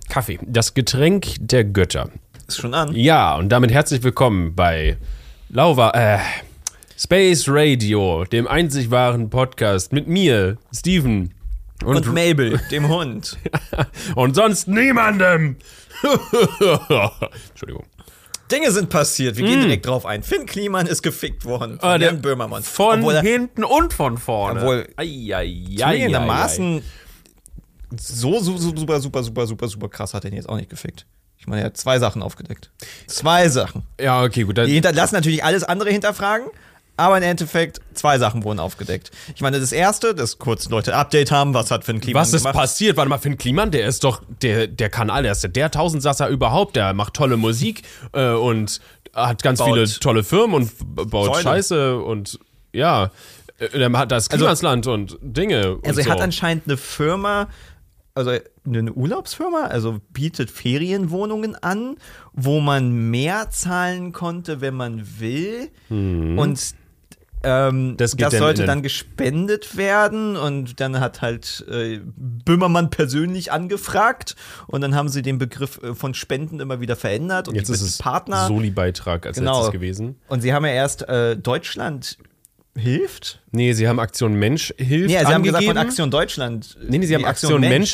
Kaffee, das Getränk der Götter. Ist schon an. Ja, und damit herzlich willkommen bei Space Radio, dem einzig wahren Podcast mit mir, Steven. Und Mabel, dem Hund. Und sonst niemandem. Entschuldigung. Dinge sind passiert, wir gehen direkt drauf ein. Finn Kliman ist gefickt worden von Jan Böhmermann. Von hinten und von vorne. Obwohl, zugegebenermaßen so super krass hat er ihn jetzt auch nicht gefickt. Ich meine, er hat 2 Sachen aufgedeckt. 2 Sachen. Ja, okay, gut. Die hinterlassen natürlich alles andere hinterfragen, aber im Endeffekt 2 Sachen wurden aufgedeckt. Ich meine, das erste, das kurz Leute Update haben, was hat Finn Kliman gemacht? Was ist passiert? Warte mal, Finn Kliman, der ist doch, der kann alles, der Tausendsasser überhaupt, der macht tolle Musik und hat ganz viele tolle Firmen und baut Säule. Scheiße und der hat das Klimasland und Dinge und Also er so. hat anscheinend eine Firma, also eine Urlaubsfirma, also bietet Ferienwohnungen an, wo man mehr zahlen konnte, wenn man will. Und das sollte dann gespendet werden und dann hat halt Böhmermann persönlich angefragt und dann haben sie den Begriff von Spenden immer wieder verändert und jetzt ist es Partner Soli-Beitrag als letztes gewesen. Und sie haben ja erst Deutschland hilft? Nee, sie haben Aktion Mensch hilft sie angegeben. haben gesagt von Aktion Deutschland. Nee, sie haben Aktion Mensch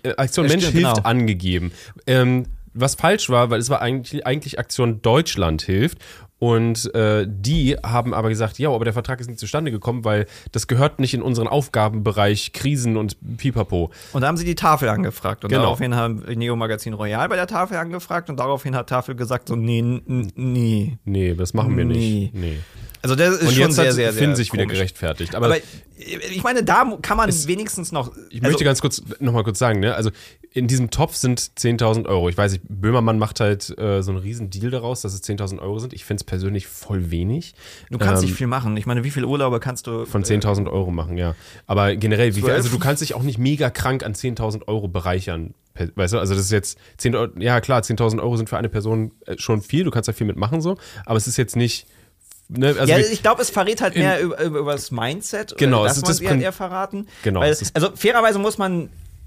hilft angegeben. Was falsch war, weil es war eigentlich Aktion Deutschland hilft. Und die haben aber gesagt, ja, aber der Vertrag ist nicht zustande gekommen, weil das gehört nicht in unseren Aufgabenbereich Krisen und Pipapo. Und da haben sie die Tafel angefragt. Und genau. Daraufhin haben Neo Magazin Royal bei der Tafel angefragt und daraufhin hat Tafel gesagt so, nee. Nee, das machen wir nicht. Nee. Also das ist und schon jetzt sehr, hat sehr, sehr Finn sich komisch. wieder gerechtfertigt. Aber ich meine, da kann man wenigstens noch. Ich möchte noch mal kurz sagen, ne? Also in diesem Topf sind 10.000 Euro. Ich weiß nicht, Böhmermann macht halt so einen riesen Deal daraus, dass es 10.000 Euro sind. Ich finde es persönlich voll wenig. Du kannst nicht viel machen. Ich meine, wie viele Urlaube kannst du von 10.000 Euro machen, ja. Aber generell, wie viel, also du kannst dich auch nicht mega krank an 10.000 Euro bereichern. Weißt du, also das ist jetzt 10.000 Euro sind für eine Person schon viel. Du kannst da viel mitmachen so, aber es ist jetzt nicht. Ne, also ich glaube, es verrät halt mehr über das Mindset. Genau, das muss man eher verraten. Genau. Weil, also fairerweise muss man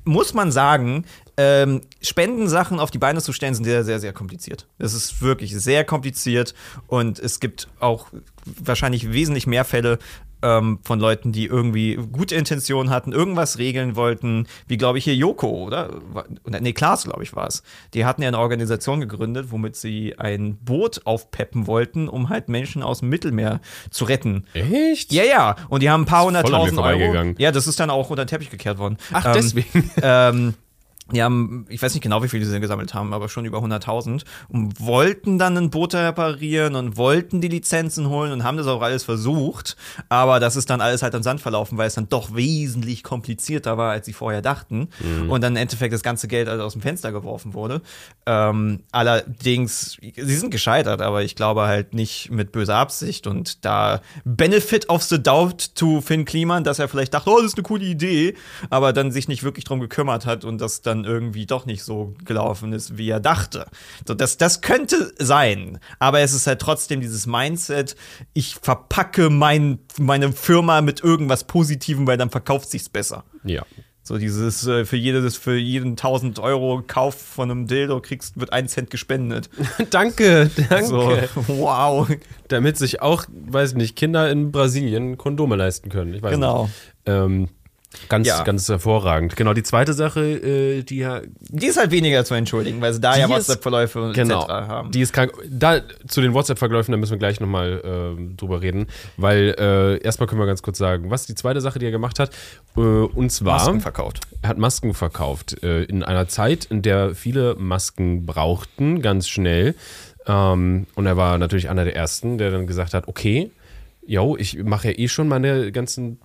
sagen, Spendensachen auf die Beine zu stellen, sind sehr, sehr, sehr kompliziert. Es ist wirklich sehr kompliziert und es gibt auch wahrscheinlich wesentlich mehr Fälle von Leuten, die irgendwie gute Intentionen hatten, irgendwas regeln wollten, wie, glaube ich, hier Joko, oder? Nee, Klaas, glaube ich, war es. Die hatten ja eine Organisation gegründet, womit sie ein Boot aufpeppen wollten, um halt Menschen aus dem Mittelmeer zu retten. Echt? Ja. Und die haben ein paar hunderttausend Euro. Ja, das ist dann auch unter den Teppich gekehrt worden. Ach, deswegen. Die haben, ich weiß nicht genau, wie viel sie gesammelt haben, aber schon über 100.000 und wollten dann ein Boot reparieren und wollten die Lizenzen holen und haben das auch alles versucht, aber das ist dann alles halt am Sand verlaufen, weil es dann doch wesentlich komplizierter war, als sie vorher dachten und dann im Endeffekt das ganze Geld also aus dem Fenster geworfen wurde. Allerdings, sie sind gescheitert, aber ich glaube halt nicht mit böser Absicht und da Benefit of the Doubt to Finn Kliman, dass er vielleicht dachte, oh, das ist eine coole Idee, aber dann sich nicht wirklich drum gekümmert hat und das dann irgendwie doch nicht so gelaufen ist, wie er dachte. So, das könnte sein, aber es ist halt trotzdem dieses Mindset, ich verpacke meine Firma mit irgendwas Positivem, weil dann verkauft sich's besser. Ja. So dieses für jeden 1.000 Euro Kauf von einem Dildo wird 1 Cent gespendet. Danke. So, wow. Damit sich auch, weiß nicht, Kinder in Brasilien Kondome leisten können. Ich weiß nicht. Ganz hervorragend. Genau, die zweite Sache, die ist halt weniger zu entschuldigen, weil sie da ja WhatsApp-Verläufe und etc. haben. Die ist krank. Da zu den WhatsApp-Verläufen, da müssen wir gleich nochmal drüber reden, weil erstmal können wir ganz kurz sagen, was die zweite Sache, die er gemacht hat, und zwar Masken verkauft. Er hat Masken verkauft in einer Zeit, in der viele Masken brauchten, ganz schnell. Und er war natürlich einer der Ersten, der dann gesagt hat, okay, ich mache ja schon meine ganze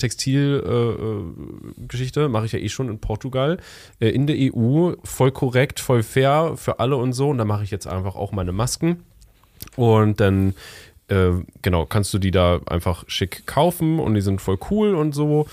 Textilgeschichte, mache ich ja schon in Portugal, in der EU, voll korrekt, voll fair für alle und so. Und da mache ich jetzt einfach auch meine Masken. Und dann, kannst du die da einfach schick kaufen und die sind voll cool und so.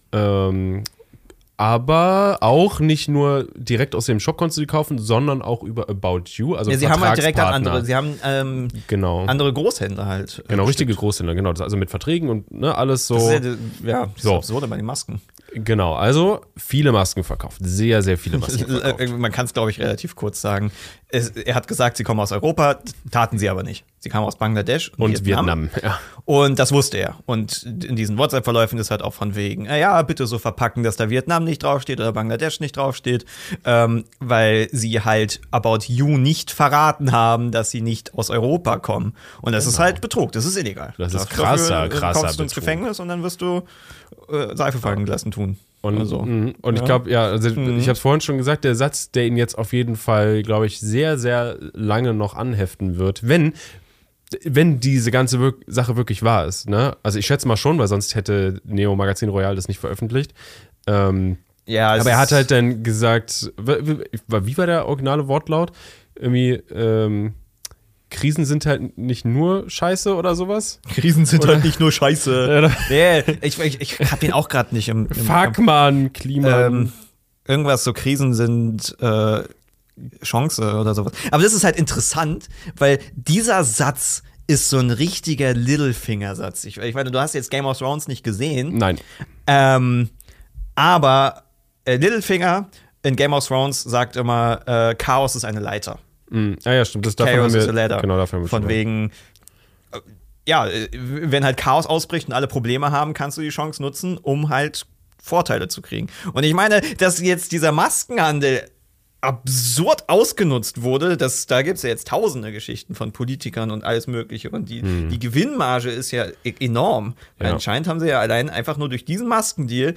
Aber auch nicht nur direkt aus dem Shop konntest du die kaufen, sondern auch über About You, also sie haben halt direkt an andere, sie haben andere Großhändler halt. Genau, richtige Großhändler, genau. Also mit Verträgen und alles so. Das ist das Absurde bei den Masken. Genau, also viele Masken verkauft. Sehr, sehr viele Masken verkauft. Man kann es, glaube ich, relativ kurz sagen. Er hat gesagt, sie kommen aus Europa, taten sie aber nicht. Sie kamen aus Bangladesch und Vietnam. Ja. Und das wusste er. Und in diesen WhatsApp-Verläufen ist halt auch von wegen, ja, bitte so verpacken, dass da Vietnam nicht draufsteht oder Bangladesch nicht draufsteht, weil sie halt About You nicht verraten haben, dass sie nicht aus Europa kommen. Und das ist halt Betrug, das ist illegal. Das ist krasser kommst du ins Gefängnis und dann wirst du Seife fallen gelassen tun. Und ich glaube, ich habe es vorhin schon gesagt, der Satz, der ihn jetzt auf jeden Fall, glaube ich, sehr, sehr lange noch anheften wird, wenn diese ganze Sache wirklich wahr ist. Ne? Also ich schätze mal schon, weil sonst hätte Neo Magazin Royal das nicht veröffentlicht. Aber er hat halt dann gesagt, wie war der originale Wortlaut? Irgendwie, Krisen sind halt nicht nur Scheiße oder sowas? Krisen sind halt nicht nur Scheiße. Nee, ich hab ihn auch gerade nicht im Fuck, Mann, Klima. Irgendwas so, Krisen sind Chance oder sowas. Aber das ist halt interessant, weil dieser Satz ist so ein richtiger Littlefinger-Satz. Ich meine, du hast jetzt Game of Thrones nicht gesehen. Nein. Aber Littlefinger in Game of Thrones sagt immer, Chaos ist eine Leiter. Ja, stimmt. Das davon Chaos haben wir, is a ladder. genau, davon haben wir von wegen, wenn halt Chaos ausbricht und alle Probleme haben, kannst du die Chance nutzen, um halt Vorteile zu kriegen. Und ich meine, dass jetzt dieser Maskenhandel absurd ausgenutzt wurde, da gibt es ja jetzt tausende Geschichten von Politikern und alles Mögliche. Und die Gewinnmarge ist ja enorm. Ja. Anscheinend haben sie ja allein einfach nur durch diesen Maskendeal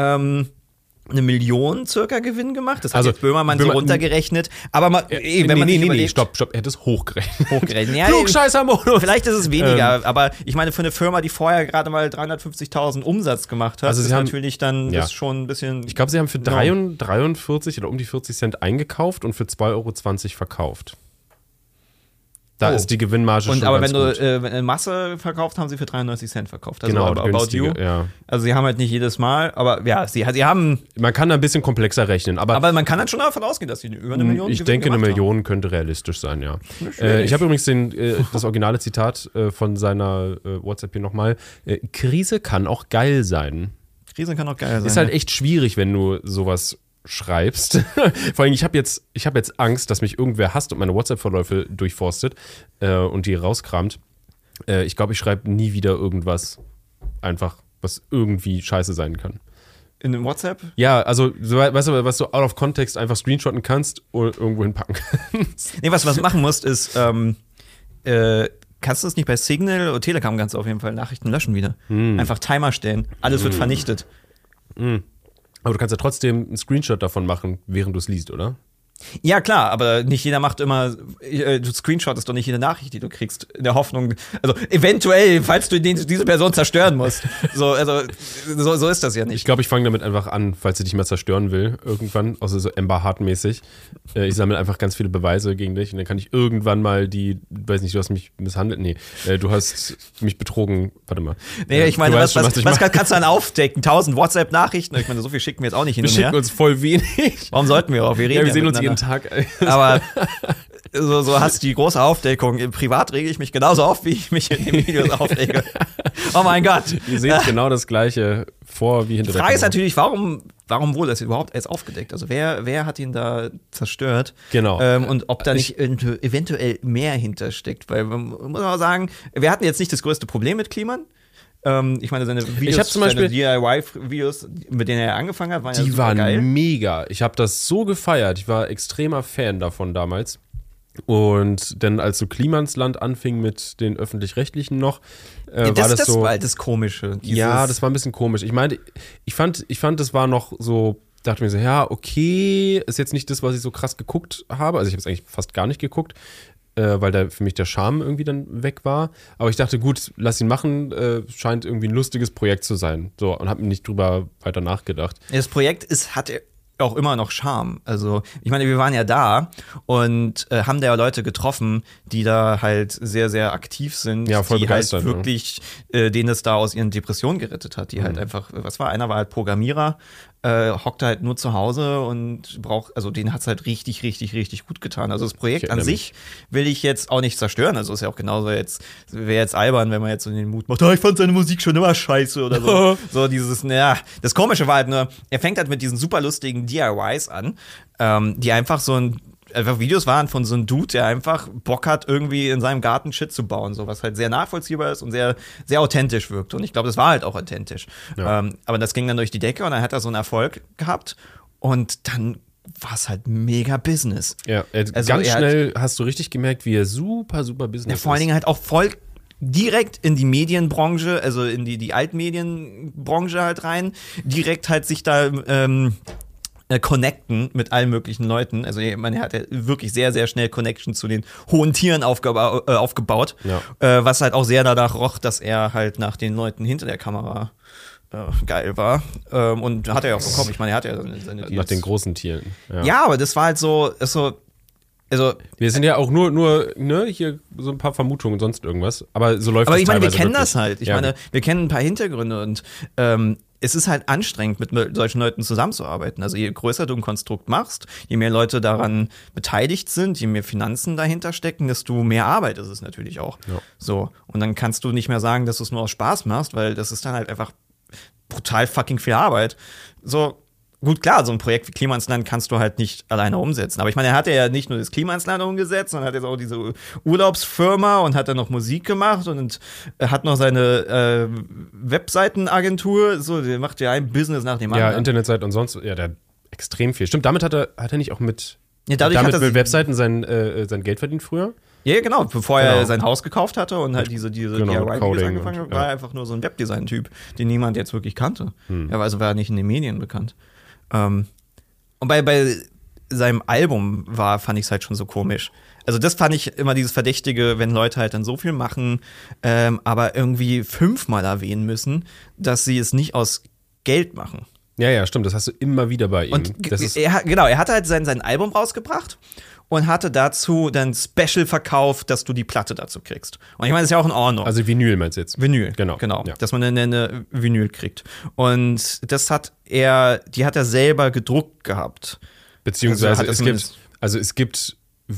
1 Million circa Gewinn gemacht. Das hat jetzt Böhmermann so runtergerechnet. Aber wenn man nicht überlegt, stopp. Er hat es hochgerechnet. Ja, Klugscheißer-Modus. Vielleicht ist es weniger, aber ich meine, für eine Firma, die vorher gerade mal 350.000 Umsatz gemacht hat, ist natürlich dann das schon ein bisschen. Ich glaube, sie haben für 43 oder um die 40 Cent eingekauft und für 2,20 Euro verkauft. Da ist die Gewinnmarge schon aber ganz gut. Wenn in Masse verkauft, haben sie für 93 Cent verkauft. Also genau, About You. Ja. Also sie haben halt nicht jedes Mal, aber ja, sie haben. Man kann da ein bisschen komplexer rechnen. Aber man kann dann schon davon ausgehen, dass sie über 1 Million Ich denke, 1 Million könnte realistisch sein, ja. Ich habe übrigens das originale Zitat von seiner WhatsApp hier nochmal. Krise kann auch geil sein. Krise kann auch geil sein. Ist halt echt schwierig, wenn du sowas schreibst. Vor allem, ich habe jetzt Angst, dass mich irgendwer hasst und meine WhatsApp-Verläufe durchforstet und die rauskramt. Ich glaube, ich schreibe nie wieder irgendwas einfach, was irgendwie scheiße sein kann. In einem WhatsApp? Ja, also, weißt du, was du out of context einfach screenshotten kannst und irgendwo hinpacken kannst. Nee, was du machen musst, ist, kannst du das nicht bei Signal oder Telegram kannst du auf jeden Fall Nachrichten löschen wieder. Einfach Timer stellen. Alles wird vernichtet. Aber du kannst ja trotzdem einen Screenshot davon machen, während du es liest, oder? Ja, klar, aber nicht jeder macht immer, du screenshottest doch nicht jede Nachricht, die du kriegst, in der Hoffnung, also eventuell, falls du diese Person zerstören musst. So ist das ja nicht. Ich glaube, ich fange damit einfach an, falls sie dich mal zerstören will, irgendwann, also so Amber Hart-mäßig. Ich sammle einfach ganz viele Beweise gegen dich und dann kann ich irgendwann mal weiß nicht, du hast mich misshandelt, du hast mich betrogen, warte mal. Nee, ich meine, was kannst du dann aufdecken? 1000 WhatsApp-Nachrichten? Ich meine, so viel schicken wir jetzt auch nicht hin und her. Wir schicken uns voll wenig. Warum sollten wir auch? Wir reden wir sehen uns jeden Tag. Aber so hast du die große Aufdeckung. Privat rege ich mich genauso auf, wie ich mich in den Videos aufrege. Oh mein Gott. Wir sehen genau das Gleiche vor wie hinter der Kamera. Die Frage ist natürlich, warum wurde das überhaupt erst aufgedeckt? Also wer hat ihn da zerstört? Genau. Und ob da nicht eventuell mehr hintersteckt. Weil man muss auch sagen, wir hatten jetzt nicht das größte Problem mit Kliman. Ich meine, seine Videos, seine DIY-Videos, mit denen er angefangen hat, waren ja super geil. Die waren mega. Ich habe das so gefeiert. Ich war extremer Fan davon damals. Und dann, als so Klimans Land anfing mit den Öffentlich-Rechtlichen noch, war das so. Das war halt das Komische. Ja, das war ein bisschen komisch. Ich meine, ich fand, das war noch so, dachte mir so, ja, okay, ist jetzt nicht das, was ich so krass geguckt habe. Also ich habe es eigentlich fast gar nicht geguckt. Weil da für mich der Charme irgendwie dann weg war. Aber ich dachte, gut, lass ihn machen, scheint irgendwie ein lustiges Projekt zu sein. So, und habe mir nicht drüber weiter nachgedacht. Das Projekt hat auch immer noch Charme. Also, ich meine, wir waren ja da und haben da ja Leute getroffen, die da halt sehr, sehr aktiv sind. Ja, voll die begeistert. Halt wirklich, denen es da aus ihren Depressionen gerettet hat. Die halt einfach, einer war halt Programmierer hockt halt nur zu Hause und also den hat's halt richtig, richtig, richtig gut getan. Also das Projekt an sich will ich jetzt auch nicht zerstören. Also ist ja auch genauso wäre jetzt albern, wenn man jetzt so den Mut macht, ich fand seine Musik schon immer scheiße oder so. So dieses, das Komische war halt nur, er fängt halt mit diesen super lustigen DIYs an, die einfach einfach Videos waren von so einem Dude, der einfach Bock hat, irgendwie in seinem Garten Shit zu bauen, so was halt sehr nachvollziehbar ist und sehr, sehr authentisch wirkt. Und ich glaube, das war halt auch authentisch. Ja. Aber das ging dann durch die Decke und dann hat er so einen Erfolg gehabt und dann war es halt mega Business. Ja, also ganz schnell hast du richtig gemerkt, wie er super, super Business ist. Vor allen Dingen halt auch voll direkt in die Medienbranche, also in die Altmedienbranche halt rein, direkt halt sich da connecten mit allen möglichen Leuten. Also er hat ja wirklich sehr, sehr schnell Connection zu den hohen Tieren aufgebaut, was halt auch sehr danach roch, dass er halt nach den Leuten hinter der Kamera geil war. Und hat er ja auch bekommen. Ich meine, er hat ja seine Deals. Nach den großen Tieren. Ja, aber das war halt so. Also, wir sind ja auch nur hier so ein paar Vermutungen und sonst irgendwas. Aber so läuft es. Aber ich meine, wir kennen das halt. Ich meine, wir kennen ein paar Hintergründe und es ist halt anstrengend, mit solchen Leuten zusammenzuarbeiten. Also je größer du ein Konstrukt machst, je mehr Leute daran beteiligt sind, je mehr Finanzen dahinter stecken, desto mehr Arbeit ist es natürlich auch. Ja. So. Und dann kannst du nicht mehr sagen, dass du es nur aus Spaß machst, weil das ist dann halt einfach brutal fucking viel Arbeit. So. Gut, klar, so ein Projekt wie Klima ins Land kannst du halt nicht alleine umsetzen. Aber ich meine, er hat ja nicht nur das Klima ins Land umgesetzt, sondern hat jetzt auch diese Urlaubsfirma und hat dann noch Musik gemacht und hat noch seine Webseitenagentur. So, der macht ja ein Business nach dem anderen. Ja, Internetseite und sonst, der hat extrem viel. Stimmt, damit hat er nicht auch mit mit Webseiten sein Geld verdient früher? Ja, genau, bevor er sein Haus gekauft hatte und halt diese DIY-Videos angefangen hat, war er einfach nur so ein Webdesign-Typ, den niemand jetzt wirklich kannte. Also war er nicht in den Medien bekannt. Und bei seinem Album fand ich es halt schon so komisch. Also das fand ich immer dieses Verdächtige, wenn Leute halt dann so viel machen, aber irgendwie 5-mal erwähnen müssen, dass sie es nicht aus Geld machen. Ja, stimmt, das hast du immer wieder bei ihm. Und er hat halt sein Album rausgebracht und hatte dazu dann Special verkauft, dass du die Platte dazu kriegst. Und ich meine, das ist ja auch in Ordnung. Also Vinyl meinst du jetzt? Vinyl, genau. Ja. Dass man eine Vinyl kriegt. Und die hat er selber gedruckt gehabt. Beziehungsweise es gibt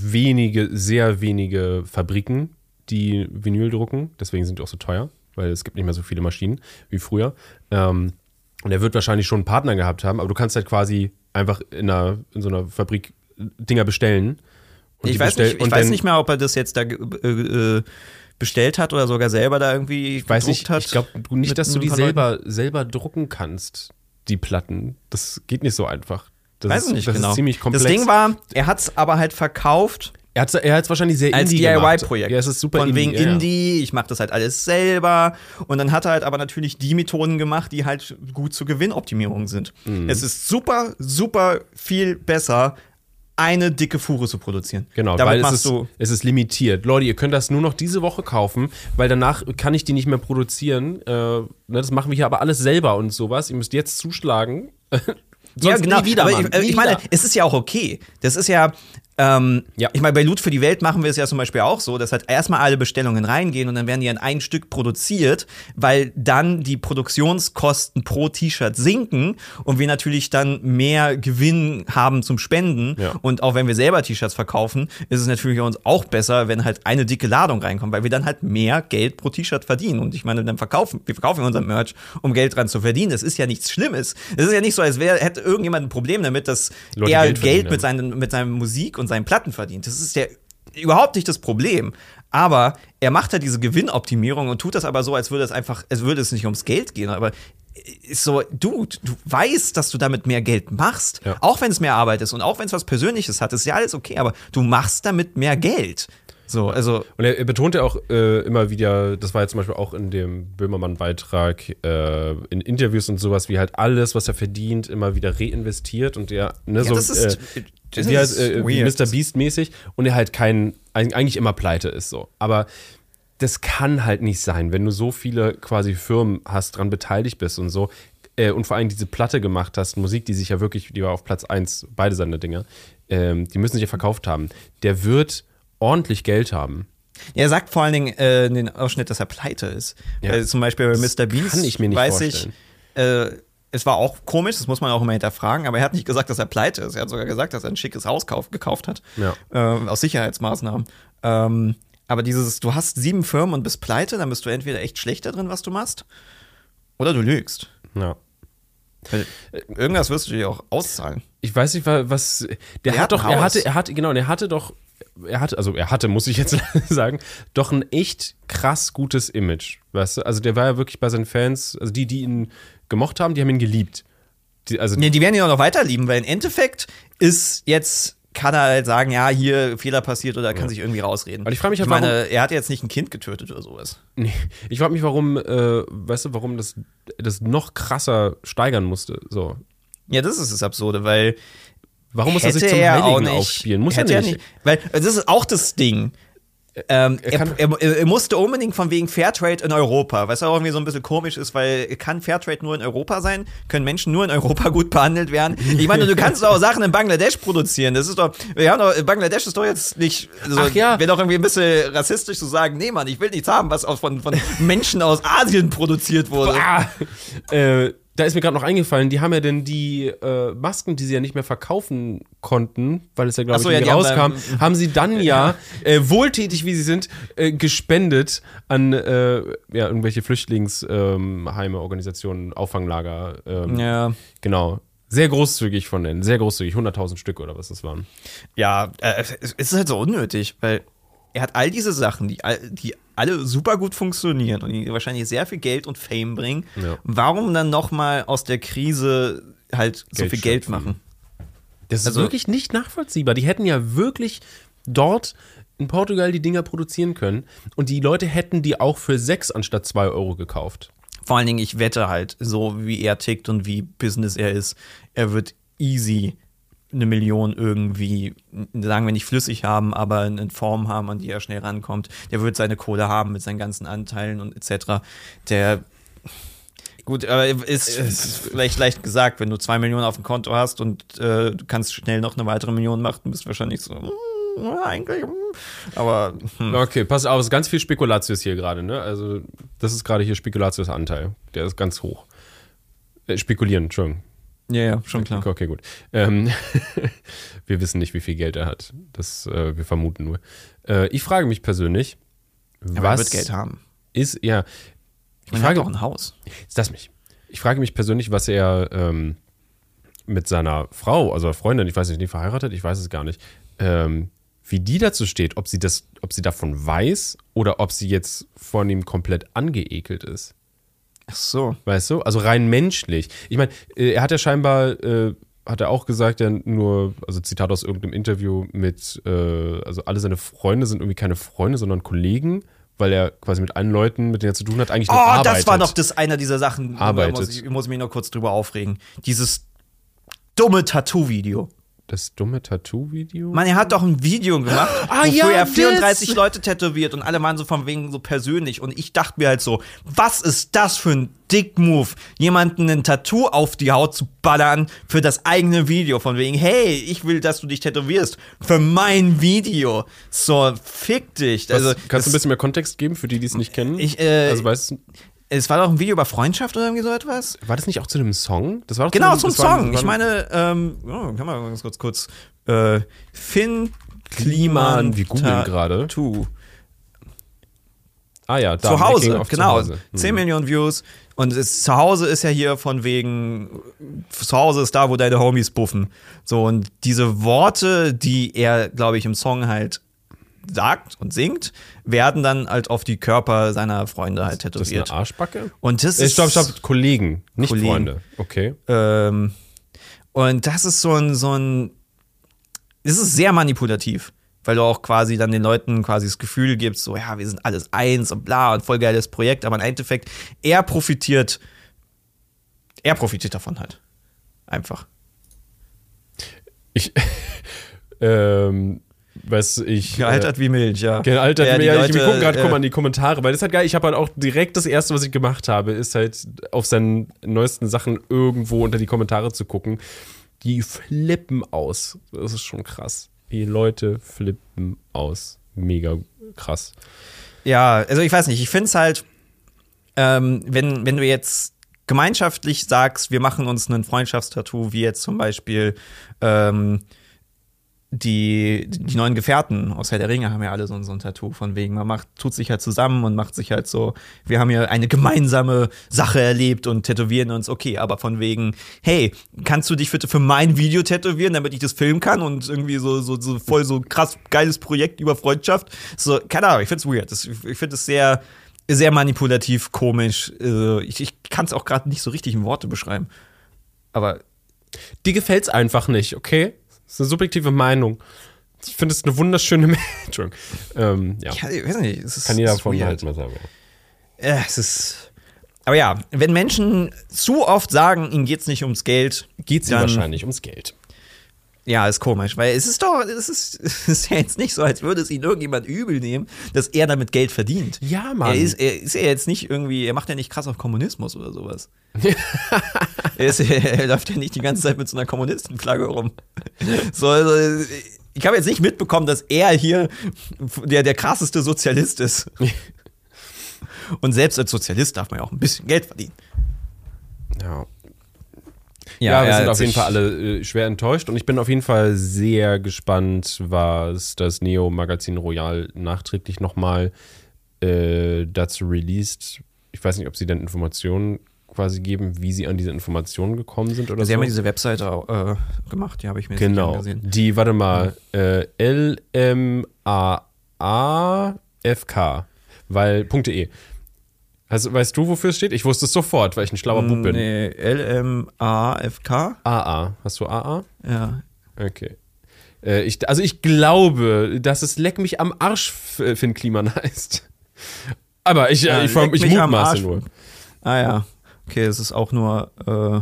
sehr wenige Fabriken, die Vinyl drucken. Deswegen sind die auch so teuer, weil es gibt nicht mehr so viele Maschinen wie früher. Und er wird wahrscheinlich schon einen Partner gehabt haben, aber du kannst halt quasi einfach in so einer Fabrik Dinger bestellen. Und ich weiß nicht mehr, ob er das jetzt da bestellt hat oder sogar selber da irgendwie gedruckt hat. Ich glaube nicht, dass du die selber drucken kannst, die Platten. Das geht nicht so einfach. Das ist ziemlich komplex. Das Ding war, er hat es aber halt verkauft. Er hat es wahrscheinlich sehr als DIY-Projekt. Ja, es ist super von wegen Indie, ich mache das halt alles selber. Und dann hat er halt aber natürlich die Methoden gemacht, die halt gut zur Gewinnoptimierung sind. Es ist super, super viel besser, eine dicke Fuhre zu produzieren. Genau, weil es ist limitiert. Leute, ihr könnt das nur noch diese Woche kaufen, weil danach kann ich die nicht mehr produzieren. Das machen wir hier aber alles selber und sowas. Ihr müsst jetzt zuschlagen. Ja, genau. Ich meine, es ist ja auch okay. Das ist ja ich meine, bei Loot für die Welt machen wir es ja zum Beispiel auch so, dass halt erstmal alle Bestellungen reingehen und dann werden die an ein Stück produziert, weil dann die Produktionskosten pro T-Shirt sinken und wir natürlich dann mehr Gewinn haben zum Spenden. Ja. Und auch wenn wir selber T-Shirts verkaufen, ist es natürlich für uns auch besser, wenn halt eine dicke Ladung reinkommt, weil wir dann halt mehr Geld pro T-Shirt verdienen. Und ich meine, wir verkaufen unseren Merch, um Geld dran zu verdienen. Das ist ja nichts Schlimmes. Es ist ja nicht so, als hätte irgendjemand ein Problem damit, dass Leute er Geld mit seiner Musik und seinen Platten verdient. Das ist ja überhaupt nicht das Problem. Aber er macht halt diese Gewinnoptimierung und tut das aber so, als würde es nicht ums Geld gehen. Aber ist so, du weißt, dass du damit mehr Geld machst. Ja. Auch wenn es mehr Arbeit ist und auch wenn es was Persönliches hat, ist ja alles okay. Aber du machst damit mehr Geld. So, also und er betont ja auch immer wieder, das war ja zum Beispiel auch in dem Böhmermann-Beitrag, in Interviews und sowas, wie halt alles, was er verdient, immer wieder reinvestiert und er, ne, so, das ist Mr. Beast-mäßig und er halt eigentlich immer pleite ist so. Aber das kann halt nicht sein, wenn du so viele quasi Firmen hast, dran beteiligt bist und so und vor allem diese Platte gemacht hast, Musik, die war auf Platz 1, beide seine Dinger, die müssen sich ja verkauft haben. Der wird ordentlich Geld haben. Er sagt vor allen Dingen in den Ausschnitt, dass er pleite ist. Ja. Zum Beispiel bei Mr. Beast kann ich mir nicht vorstellen. es war auch komisch, das muss man auch immer hinterfragen, aber er hat nicht gesagt, dass er pleite ist. Er hat sogar gesagt, dass er ein schickes Haus gekauft hat. Ja. Aus Sicherheitsmaßnahmen. Aber du hast 7 Firmen und bist pleite, dann bist du entweder echt schlecht da drin, was du machst, oder du lügst. Ja. Irgendwas wirst du dir auch auszahlen. Ich weiß nicht, was. Er hatte, muss ich jetzt sagen, doch ein echt krass gutes Image. Weißt du? Also der war ja wirklich bei seinen Fans, also die ihn gemocht haben, die haben ihn geliebt. Die werden ihn auch noch weiter lieben, weil im Endeffekt kann er halt sagen, ja, hier Fehler passiert oder kann sich irgendwie rausreden. Aber ich frage mich halt, warum, er hat jetzt nicht ein Kind getötet oder sowas. Nee, ich frage mich, warum, warum das noch krasser steigern musste. So. Ja, das ist das Absurde, weil warum muss er sich zum Heiligen aufspielen? Muss er nicht. Weil das ist auch das Ding. Er musste unbedingt von wegen Fairtrade in Europa, was auch irgendwie so ein bisschen komisch ist, weil kann Fairtrade nur in Europa sein? Können Menschen nur in Europa gut behandelt werden? Ich meine, du kannst auch Sachen in Bangladesch produzieren. Das ist doch, Bangladesch ist doch jetzt nicht, wäre doch irgendwie ein bisschen rassistisch zu sagen, nee Mann, ich will nichts haben, was von Menschen aus Asien produziert wurde. Da ist mir gerade noch eingefallen, die haben ja denn die Masken, die sie ja nicht mehr verkaufen konnten, weil es ja, glaube ich, rauskam, haben sie dann wohltätig, wie sie sind, gespendet an irgendwelche Flüchtlingsheime, Organisationen, Auffanglager. Ja. Genau. Sehr großzügig von denen, sehr großzügig, 100.000 Stück oder was das waren. Ja, es ist halt so unnötig, weil er hat all diese Sachen, die alle super gut funktionieren und die wahrscheinlich sehr viel Geld und Fame bringen. Ja. Warum dann noch mal aus der Krise halt so viel Geld machen? Das ist wirklich nicht nachvollziehbar. Die hätten ja wirklich dort in Portugal die Dinger produzieren können und die Leute hätten die auch für 6 anstatt 2 Euro gekauft. Vor allen Dingen, ich wette halt, so wie er tickt und wie Business er ist, er wird easy 1 Million irgendwie, sagen wir nicht flüssig haben, aber in Form haben, an die er schnell rankommt. Der wird seine Kohle haben mit seinen ganzen Anteilen und etc. Gut, aber ist vielleicht leicht gesagt, wenn du 2 Millionen auf dem Konto hast und du kannst schnell noch eine weitere Million machen, bist du wahrscheinlich so, eigentlich, aber. Okay, pass auf, es ist ganz viel Spekulatius hier gerade, ne? Also, das ist gerade hier Spekulatius-Anteil. Der ist ganz hoch. Spekulieren, Entschuldigung. Ja, schon klar. Okay, gut. Wir wissen nicht, wie viel Geld er hat. Wir vermuten nur. Ich frage mich persönlich, er wird Geld haben. Ich frage auch ein Haus. Ich frage mich persönlich, was er mit seiner Frau, also Freundin, ich weiß nicht verheiratet, ich weiß es gar nicht, wie die dazu steht, ob sie davon weiß oder ob sie jetzt von ihm komplett angeekelt ist. Ach so. Weißt du? Also rein menschlich. Ich meine, er hat ja scheinbar, hat er auch gesagt, also Zitat aus irgendeinem Interview also alle seine Freunde sind irgendwie keine Freunde, sondern Kollegen, weil er quasi mit allen Leuten, mit denen er zu tun hat, eigentlich nur arbeitet. Das war noch einer dieser Sachen, ich muss mich noch kurz drüber aufregen. Dieses dumme Tattoo-Video. Das dumme Tattoo-Video? Mann, er hat doch ein Video gemacht, wofür er 34 Leute tätowiert und alle waren so von wegen so persönlich. Und ich dachte mir halt so, was ist das für ein Dick-Move, jemanden ein Tattoo auf die Haut zu ballern für das eigene Video. Von wegen, hey, ich will, dass du dich tätowierst für mein Video. So, fick dich. Also, kannst du ein bisschen mehr Kontext geben für die, die es nicht kennen? Es war doch ein Video über Freundschaft oder irgendwie so etwas. War das nicht auch zu einem Song? Das war doch genau, zum Song. Ich meine, kann man ganz kurz Finn Kliman, wir googeln gerade. Ah ja, da. Zu Hause, genau. 10 Millionen Views. Und zu Hause ist ja hier von wegen, zu Hause ist da, wo deine Homies buffen. So, und diese Worte, die er, glaube ich, im Song halt sagt und singt, werden dann halt auf die Körper seiner Freunde halt tätowiert. Das ist eine Arschbacke? Und das ist Stopp, Kollegen, nicht Freunde. Okay. Und das ist so ein das ist sehr manipulativ, weil du auch quasi dann den Leuten quasi das Gefühl gibst, so, ja, wir sind alles eins und bla und voll geiles Projekt, aber im Endeffekt, er profitiert davon halt. Einfach. Gealtert wie Milch, ja. Gealtert wie Milch. Wir gucken gerade mal in die Kommentare, weil das ist halt geil. Ich habe halt auch direkt das Erste, was ich gemacht habe, ist halt auf seinen neuesten Sachen irgendwo unter die Kommentare zu gucken. Die flippen aus. Das ist schon krass. Die Leute flippen aus. Mega krass. Ja, also ich weiß nicht. Ich finde es halt, wenn du jetzt gemeinschaftlich sagst, wir machen uns ein Freundschaftstattoo, wie jetzt zum Beispiel die neuen Gefährten aus Herr der Ringe haben ja alle so ein Tattoo von wegen, tut sich halt zusammen und macht sich halt so, wir haben ja eine gemeinsame Sache erlebt und tätowieren uns, okay, aber von wegen, hey, kannst du dich bitte für mein Video tätowieren, damit ich das filmen kann und irgendwie so voll so krass geiles Projekt über Freundschaft. So, keine Ahnung, ich find's weird. Ich finde es sehr, sehr manipulativ, komisch. Ich kann es auch gerade nicht so richtig in Worte beschreiben. Aber dir gefällt's einfach nicht, okay? Das ist eine subjektive Meinung. Ich finde es eine wunderschöne Entschuldigung. Ja. Ich weiß nicht. Kann jeder von halt mal sagen. Aber ja, wenn Menschen zu oft sagen, ihnen geht's nicht ums Geld, geht's ihnen wahrscheinlich ums Geld. Ja, ist komisch, weil es ist ja jetzt nicht so, als würde es ihn irgendjemand übel nehmen, dass er damit Geld verdient. Ja, Mann. Er ist ja jetzt nicht irgendwie, er macht ja nicht krass auf Kommunismus oder sowas. Er läuft ja nicht die ganze Zeit mit so einer Kommunistenflagge rum. So, also, ich habe jetzt nicht mitbekommen, dass er hier der krasseste Sozialist ist. Und selbst als Sozialist darf man ja auch ein bisschen Geld verdienen. Ja, wir sind auf jeden Fall alle schwer enttäuscht und ich bin auf jeden Fall sehr gespannt, was das Neo-Magazin Royal nachträglich nochmal dazu released. Ich weiß nicht, ob sie dann Informationen quasi geben, wie sie an diese Informationen gekommen sind oder so. Sie haben ja diese Webseite gemacht, die habe ich mir nicht angesehen. Die, warte mal, LMAAFK, weil .de. Also, weißt du, wofür es steht? Ich wusste es sofort, weil ich ein schlauer Bub bin. Nee, LMAFK? AA. Hast du AA? Ja. Okay. Ich glaube, dass es Leck mich am Arsch Finn Kliman heißt. Aber ich mutmaße nur. Ah ja. Okay, es ist auch nur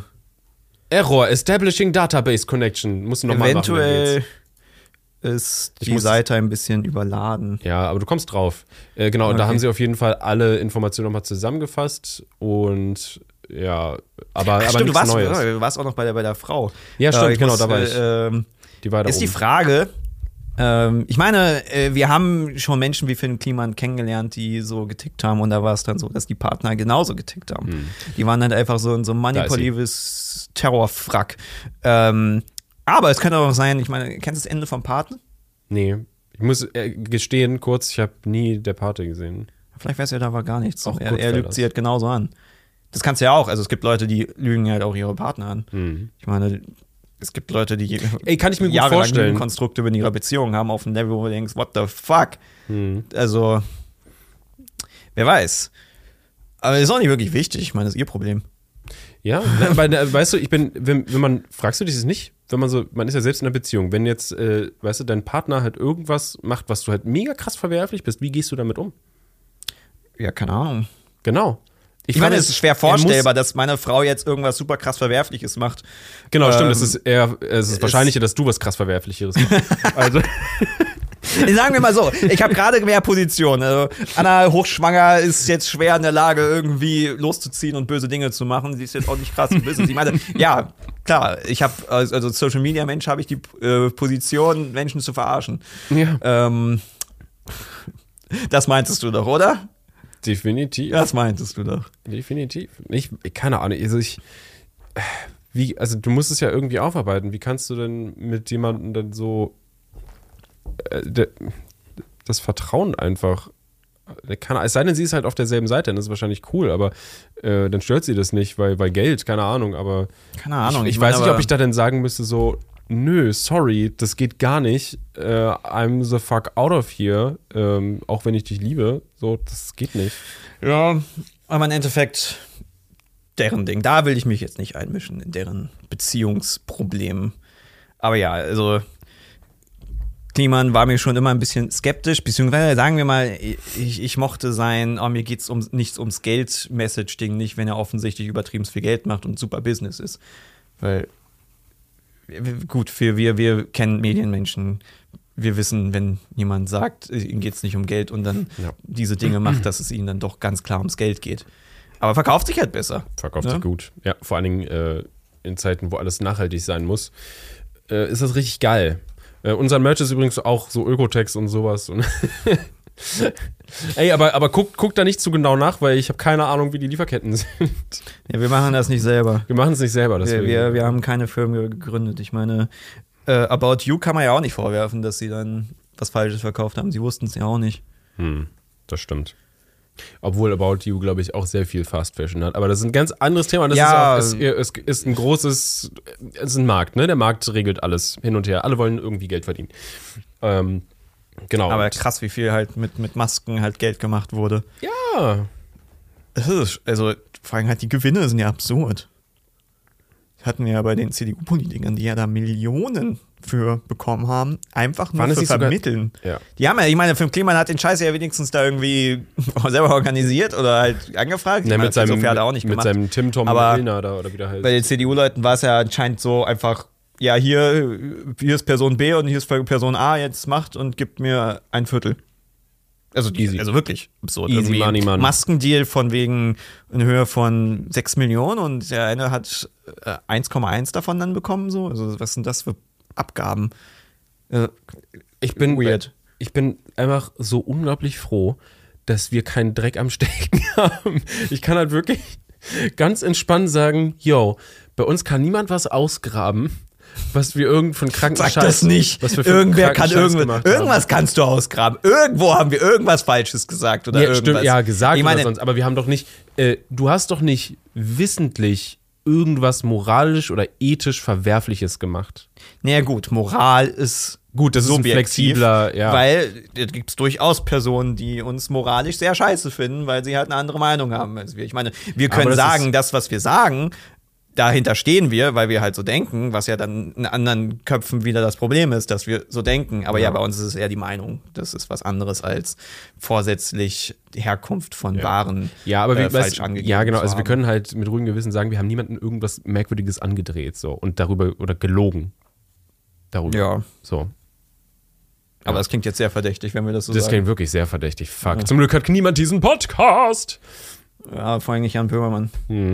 Error, Establishing Database Connection. Musst du nochmal machen. Eventuell ist die Seite ein bisschen überladen. Ja, aber du kommst drauf. Genau, okay. Und da haben sie auf jeden Fall alle Informationen nochmal zusammengefasst und ja, aber stimmt, nichts Neues. Du warst auch noch bei der Frau. Ja, stimmt, genau, da war ich. Die war da ist oben. Die Frage, ich meine, wir haben schon Menschen wie Finn Kliman kennengelernt, die so getickt haben und da war es dann so, dass die Partner genauso getickt haben. Die waren dann einfach so in so ein manipulatives Terrorfrack. Aber es könnte auch sein, ich meine, kennst du das Ende vom Paten? Nee. Ich muss gestehen, kurz, ich habe nie der Pate gesehen. Vielleicht weiß er da war gar nichts. Er lügt sie halt genauso an. Das kannst du ja auch. Also es gibt Leute, die lügen halt auch ihre Partner an. Ich meine, es gibt Leute, die kann ich mir gut vorstellen. Konstrukte in ihrer Beziehung haben auf einem Level, wo du denkst, what the fuck? Also, wer weiß. Aber ist auch nicht wirklich wichtig. Ich meine, das ist ihr Problem. Ja, weil, weißt du, fragst du dich das nicht? Wenn man ist ja selbst in einer Beziehung. Wenn jetzt, weißt du, dein Partner halt irgendwas macht, was du halt mega krass verwerflich bist, wie gehst du damit um? Ja, keine Ahnung. Genau. Ich meine, es ist schwer vorstellbar, dass meine Frau jetzt irgendwas super krass Verwerfliches macht. Genau, stimmt. Es ist wahrscheinlicher, dass du was krass Verwerflicheres machst. Also. Sagen wir mal so, ich habe gerade mehr Positionen. Also Anna hochschwanger ist jetzt schwer in der Lage, irgendwie loszuziehen und böse Dinge zu machen. Sie ist jetzt auch nicht krass im Business. Ich meine, ja, klar, ich habe, also Social Media Mensch, habe ich die Position, Menschen zu verarschen. Ja. Das meintest du doch, oder? Definitiv. Das meintest du doch. Definitiv. Keine Ahnung. Also du musst es ja irgendwie aufarbeiten. Wie kannst du denn mit jemandem dann so das Vertrauen einfach, es sei denn, sie ist halt auf derselben Seite, dann ist es wahrscheinlich cool, aber dann stört sie das nicht, weil Geld, keine Ahnung, aber keine Ahnung. Ich weiß nicht, ob ich da dann sagen müsste so, nö, sorry, das geht gar nicht, I'm the fuck out of here, auch wenn ich dich liebe, so, das geht nicht. Ja, aber im Endeffekt deren Ding, da will ich mich jetzt nicht einmischen in deren Beziehungsproblemen, aber ja, also Kliman war mir schon immer ein bisschen skeptisch, beziehungsweise sagen wir mal, ich mochte sein, mir geht's nichts ums Geld-Message-Ding nicht, wenn er offensichtlich übertrieben viel Geld macht und super Business ist. Weil, gut, wir kennen Medienmenschen, wir wissen, wenn jemand sagt, ihm geht's nicht um Geld und dann diese Dinge macht, dass es ihnen dann doch ganz klar ums Geld geht. Aber verkauft sich halt besser. Verkauft sich gut. Ja, vor allen Dingen in Zeiten, wo alles nachhaltig sein muss, ist das richtig geil. Unser Merch ist übrigens auch so Ökotex und sowas. Und Ey, aber guck da nicht zu genau nach, weil ich habe keine Ahnung, wie die Lieferketten sind. Ja, wir machen das nicht selber. Wir machen es nicht selber. Wir haben keine Firmen gegründet. Ich meine, About You kann man ja auch nicht vorwerfen, dass sie dann was Falsches verkauft haben. Sie wussten es ja auch nicht. Das stimmt. Obwohl About You, glaube ich, auch sehr viel Fast Fashion hat. Aber das ist ein ganz anderes Thema. Das ist ein großes, es ist ein Markt, ne? Der Markt regelt alles hin und her. Alle wollen irgendwie Geld verdienen. Genau. Aber krass, wie viel halt mit Masken halt Geld gemacht wurde. Ja. Also, vor allem halt die Gewinne sind ja absurd. Hatten wir ja bei den CDU-Politikern, die ja da Millionen für bekommen haben, einfach nur für Vermitteln. Ja. Die haben ja, ich meine, Fünf Kliman hat den Scheiß ja wenigstens da irgendwie selber organisiert oder halt angefragt. Ja, mit seinem Tim Tom Illner da oder wie der heißt. Bei den CDU-Leuten war es ja anscheinend so einfach, ja, hier ist Person B und hier ist Person A, jetzt macht und gibt mir ein Viertel. Also easy. Also wirklich absurd. Easy money, Mann. Maskendeal von wegen in Höhe von 6 Millionen und der eine hat 1,1 davon dann bekommen. So. Also was sind das für Abgaben? Ich bin weird. Ich bin einfach so unglaublich froh, dass wir keinen Dreck am Stecken haben. Ich kann halt wirklich ganz entspannt sagen, yo, bei uns kann niemand was ausgraben, was wir von kranken Sag Scheiß... das nicht. Was wir Irgendwer kann irgendwas... Irgendwas kannst du ausgraben. Irgendwo haben wir irgendwas Falsches gesagt oder irgendwas. Stimmt, ja, gesagt ich meine, oder sonst. Aber wir haben doch nicht... du hast doch nicht wissentlich irgendwas moralisch oder ethisch Verwerfliches gemacht. Naja gut, Moral ist... Gut, das ist ein flexibler, ja. Weil es gibt durchaus Personen, die uns moralisch sehr scheiße finden, weil sie halt eine andere Meinung haben als wir. Ich meine, wir können sagen, das, was wir sagen, dahinter stehen wir, weil wir halt so denken, was ja dann in anderen Köpfen wieder das Problem ist, dass wir so denken. Aber ja, bei uns ist es eher die Meinung. Das ist was anderes als vorsätzlich die Herkunft von Waren falsch angegeben. Ja, genau. Also wir können halt mit ruhigem Gewissen sagen, wir haben niemandem irgendwas Merkwürdiges angedreht so und darüber oder gelogen. Darüber. Ja. So. Aber das klingt jetzt sehr verdächtig, wenn wir das so sagen. Das klingt wirklich sehr verdächtig. Fuck. Ja. Zum Glück hat niemand diesen Podcast. Ja, vor allem nicht Jan Böhmermann.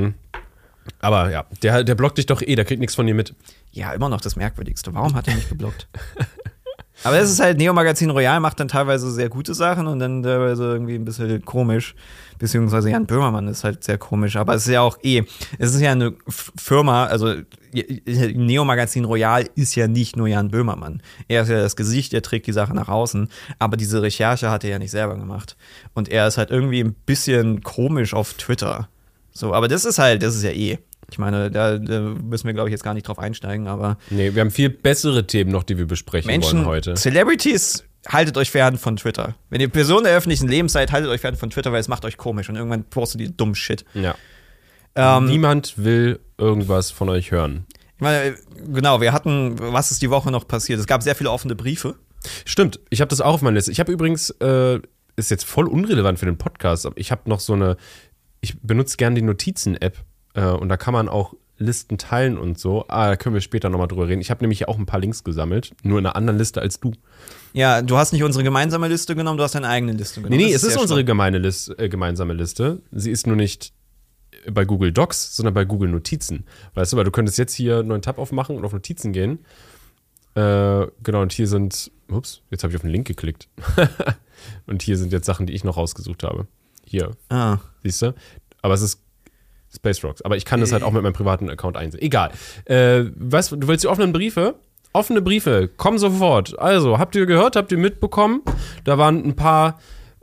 Aber ja, der blockt dich doch der kriegt nichts von dir mit. Ja, immer noch das Merkwürdigste. Warum hat er mich geblockt? Aber es ist halt, Neo Magazin Royal macht dann teilweise sehr gute Sachen und dann teilweise irgendwie ein bisschen komisch. Beziehungsweise Jan Böhmermann ist halt sehr komisch. Aber es ist ja auch es ist ja eine Firma, also Neo Magazin Royal ist ja nicht nur Jan Böhmermann. Er ist ja das Gesicht, er trägt die Sache nach außen. Aber diese Recherche hat er ja nicht selber gemacht. Und er ist halt irgendwie ein bisschen komisch auf Twitter. So, aber das ist ja Ich meine, da müssen wir, glaube ich, jetzt gar nicht drauf einsteigen, aber. Nee, wir haben viel bessere Themen noch, die wir besprechen wollen heute. Celebrities, haltet euch fern von Twitter. Wenn ihr Person der öffentlichen Lebens seid, haltet euch fern von Twitter, weil es macht euch komisch und irgendwann postet ihr dummen Shit. Ja. Niemand will irgendwas von euch hören. Ich meine, genau, was ist die Woche noch passiert? Es gab sehr viele offene Briefe. Stimmt, ich habe das auch auf meiner Liste. Ich habe übrigens, ist jetzt voll unrelevant für den Podcast, aber ich habe noch ich benutze gerne die Notizen-App und da kann man auch Listen teilen und so. Da können wir später nochmal drüber reden. Ich habe nämlich auch ein paar Links gesammelt, nur in einer anderen Liste als du. Ja, du hast nicht unsere gemeinsame Liste genommen, du hast deine eigene Liste genommen. Nee, es ist unsere gemeinsame Liste. Sie ist nur nicht bei Google Docs, sondern bei Google Notizen. Weißt du, weil du könntest jetzt hier einen neuen Tab aufmachen und auf Notizen gehen. Genau, und hier sind, jetzt habe ich auf den Link geklickt. Und hier sind jetzt Sachen, die ich noch rausgesucht habe. Hier. Siehst du? Aber es ist Space Rocks. Aber ich kann das halt auch mit meinem privaten Account einsehen. Egal. Du willst die offenen Briefe? Offene Briefe, kommen sofort. Also, habt ihr gehört, habt ihr mitbekommen? Da waren ein paar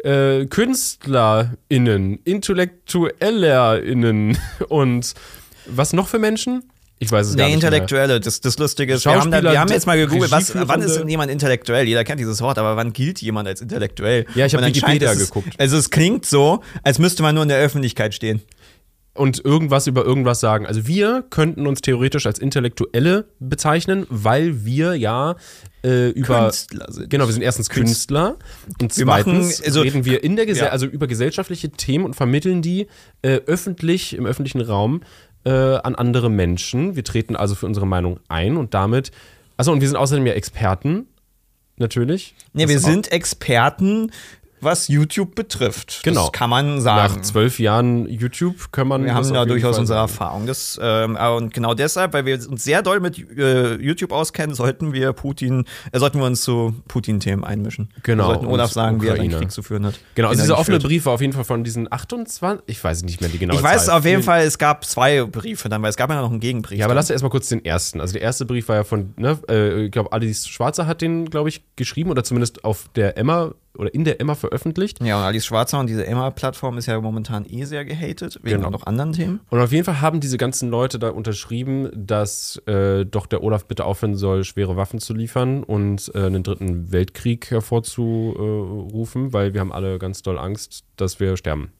KünstlerInnen, IntellektuellerInnen und was noch für Menschen? Ich weiß es gar nicht. Intellektuelle, das Lustige ist, wir haben jetzt mal gegoogelt, wann ist denn jemand intellektuell? Jeder kennt dieses Wort, aber wann gilt jemand als intellektuell? Ja, ich habe Wikipedia geguckt. Also es klingt so, als müsste man nur in der Öffentlichkeit stehen. Und irgendwas über irgendwas sagen. Also wir könnten uns theoretisch als Intellektuelle bezeichnen, weil wir ja Künstler sind. Genau, wir sind erstens Künstler und zweitens reden wir also über gesellschaftliche Themen und vermitteln die im öffentlichen Raum an andere Menschen. Wir treten also für unsere Meinung ein und damit, und wir sind außerdem ja Experten, natürlich. Nee, wir sind Experten was YouTube betrifft. Genau. Das kann man sagen. Nach 12 Jahren YouTube kann man. Wir haben da durchaus unsere Erfahrung. Und genau deshalb, weil wir uns sehr doll mit YouTube auskennen, sollten wir uns zu Putin-Themen einmischen. Genau. Wir sollten Olaf sagen, wie er den Krieg zu führen hat. Genau, also dieser offene Brief war auf jeden Fall von diesen 28, ich weiß nicht mehr die genaue Zahl. Ich weiß auf jeden Fall, es gab 2 Briefe dann, weil es gab ja noch einen Gegenbrief. Ja, aber lass erstmal kurz den ersten. Also der erste Brief war ja von, ich glaube, Alice Schwarzer hat den, glaube ich, geschrieben oder zumindest auf der Emma oder in der Emma veröffentlicht. Ja, und Alice Schwarzer und diese Emma-Plattform ist ja momentan sehr gehatet, wegen auch noch anderen Themen. Und auf jeden Fall haben diese ganzen Leute da unterschrieben, dass doch der Olaf bitte aufhören soll, schwere Waffen zu liefern und einen 3. Weltkrieg hervorzurufen, weil wir haben alle ganz doll Angst, dass wir sterben.